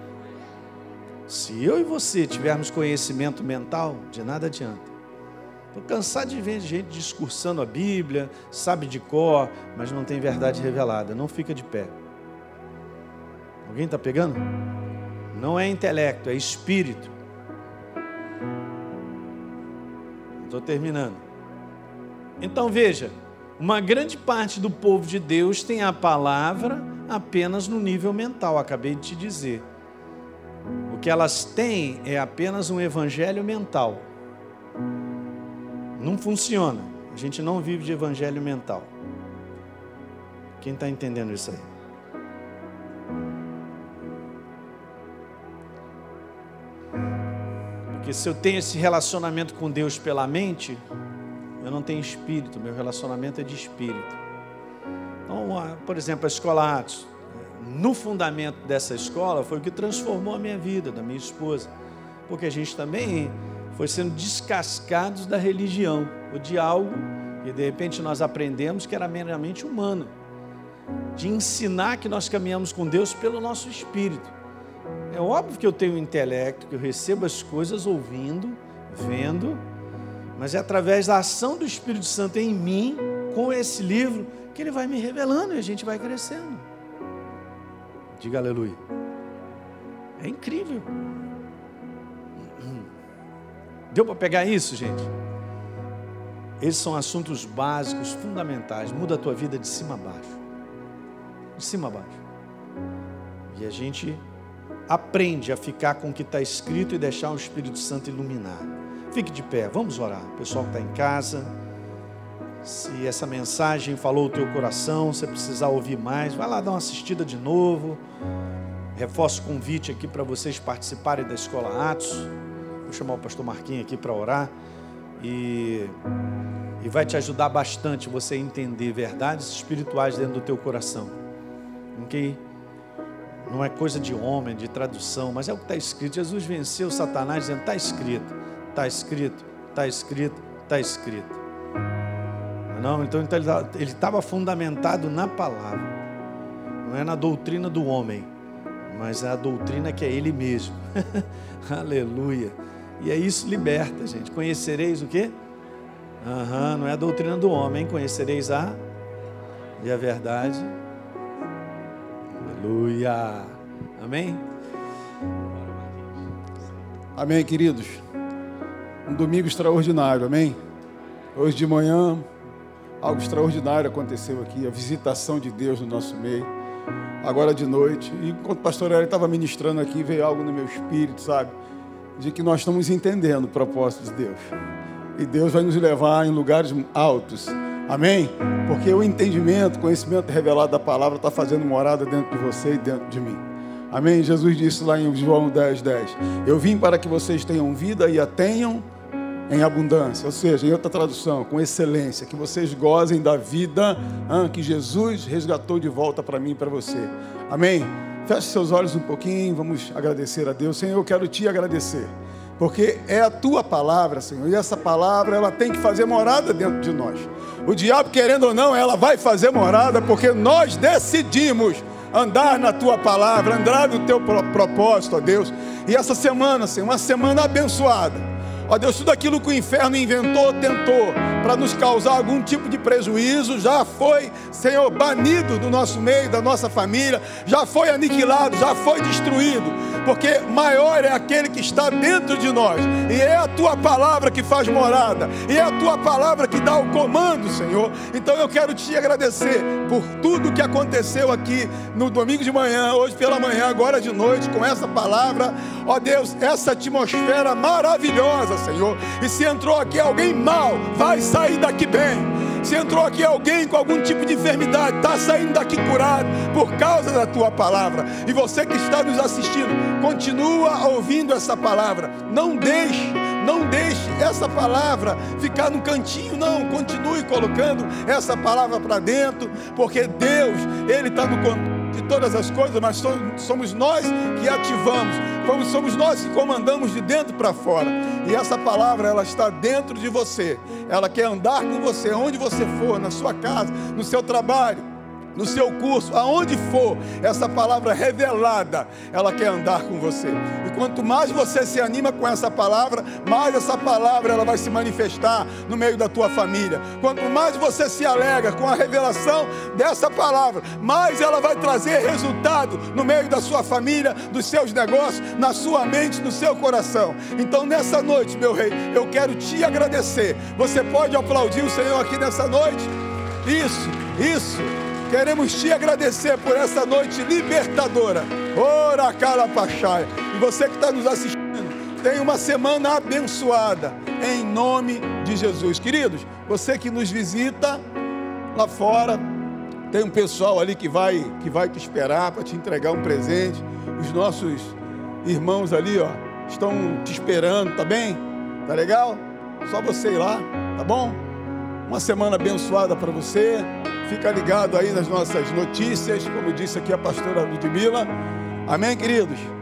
Se eu e você tivermos conhecimento mental, de nada adianta. Estou cansado de ver gente discursando a Bíblia, sabe de cor, mas não tem verdade revelada, não fica de pé. Alguém está pegando? Não é intelecto, é espírito. Estou terminando. Então veja, uma grande parte do povo de Deus tem a palavra apenas no nível mental, acabei de te dizer. O que elas têm é apenas um evangelho mental. Não funciona. A gente não vive de evangelho mental. Quem está entendendo isso aí? Porque se eu tenho esse relacionamento com Deus pela mente, eu não tenho espírito, meu relacionamento é de espírito. Então, por exemplo, a Escola Atos, no fundamento dessa escola foi o que transformou a minha vida, da minha esposa, porque a gente também foi sendo descascados da religião, ou de algo que de repente nós aprendemos que era meramente humano, de ensinar que nós caminhamos com Deus pelo nosso espírito. É óbvio que eu tenho intelecto, que eu recebo as coisas ouvindo, vendo, mas é através da ação do Espírito Santo em mim, com esse livro, que ele vai me revelando e a gente vai crescendo. Diga aleluia. É incrível. Deu para pegar isso, gente? Esses são assuntos básicos, fundamentais. Muda a tua vida de cima a baixo. De cima a baixo. E a gente aprende a ficar com o que está escrito e deixar o Espírito Santo iluminar. Fique de pé, vamos orar. O pessoal que está em casa, se essa mensagem falou o teu coração, se precisar ouvir mais, vai lá dar uma assistida de novo. Reforço o convite aqui para vocês participarem da Escola Atos. Vou chamar o pastor Marquinhos aqui para orar. E, e vai te ajudar bastante você a entender verdades espirituais dentro do teu coração. Ok? Não é coisa de homem, de tradução, mas é o que está escrito. Jesus venceu Satanás dizendo, está escrito, está escrito, está escrito, está escrito. Não, então ele estava fundamentado na palavra. Não é na doutrina do homem, mas é a doutrina que é ele mesmo. Aleluia. E é isso liberta, gente. Conhecereis o quê? Uhum, não é a doutrina do homem, conhecereis a e a verdade. Aleluia. Amém? Amém, queridos. Um domingo extraordinário, amém? Hoje de manhã, algo extraordinário aconteceu aqui, a visitação de Deus no nosso meio. Agora de noite, e enquanto o pastor Hélio estava ministrando aqui, veio algo no meu espírito, sabe? De que nós estamos entendendo o propósito de Deus. E Deus vai nos levar em lugares altos. Amém? Porque o entendimento, o conhecimento revelado da palavra está fazendo morada dentro de você e dentro de mim. Amém? Jesus disse lá em João dez, dez. Eu vim para que vocês tenham vida e a tenham em abundância. Ou seja, em outra tradução, com excelência. Que vocês gozem da vida ah, que Jesus resgatou de volta para mim e para você. Amém? Feche seus olhos um pouquinho, vamos agradecer a Deus. Senhor, eu quero te agradecer. Porque é a tua palavra, Senhor, e essa palavra, ela tem que fazer morada dentro de nós. O diabo, querendo ou não, ela vai fazer morada, porque nós decidimos andar na tua palavra, andar no teu propósito, ó Deus. E essa semana, Senhor, uma semana abençoada. Ó Deus, tudo aquilo que o inferno inventou, tentou, para nos causar algum tipo de prejuízo, já foi, Senhor, banido do nosso meio, da nossa família, já foi aniquilado, já foi destruído, porque maior é aquele que está dentro de nós, e é a tua palavra que faz morada, e é a tua palavra que dá o comando, Senhor. Então eu quero te agradecer por tudo que aconteceu aqui no domingo de manhã, hoje pela manhã, agora de noite, com essa palavra, ó Deus, essa atmosfera maravilhosa, Senhor. E se entrou aqui alguém mal, vai sair daqui bem. Se entrou aqui alguém com algum tipo de enfermidade, está saindo daqui curado por causa da tua palavra. E você que está nos assistindo, continua ouvindo essa palavra. Não deixe, não deixe essa palavra ficar no cantinho, não. Continue colocando essa palavra para dentro, porque Deus, Ele está no controle. de todas as coisas, mas somos nós que ativamos, somos nós que comandamos de dentro para fora. E essa palavra, ela está dentro de você, ela quer andar com você, onde você for, na sua casa, no seu trabalho, no seu curso, aonde for, essa palavra revelada, ela quer andar com você. E quanto mais você se anima com essa palavra, mais essa palavra ela vai se manifestar no meio da tua família. Quanto mais você se alegra com a revelação dessa palavra, mais ela vai trazer resultado no meio da sua família, dos seus negócios, na sua mente, no seu coração. Então nessa noite, meu rei, eu quero te agradecer. Você pode aplaudir o Senhor aqui nessa noite? Isso, isso. Queremos te agradecer por essa noite libertadora. Ora, calapachai. E você que está nos assistindo, tenha uma semana abençoada, em nome de Jesus. Queridos, você que nos visita lá fora, tem um pessoal ali que vai, que vai te esperar para te entregar um presente. Os nossos irmãos ali, ó, estão te esperando, tá bem? Tá legal? Só você ir lá, tá bom? Uma semana abençoada para você. Fica ligado aí nas nossas notícias, como disse aqui a pastora Ludmila. Amém, queridos?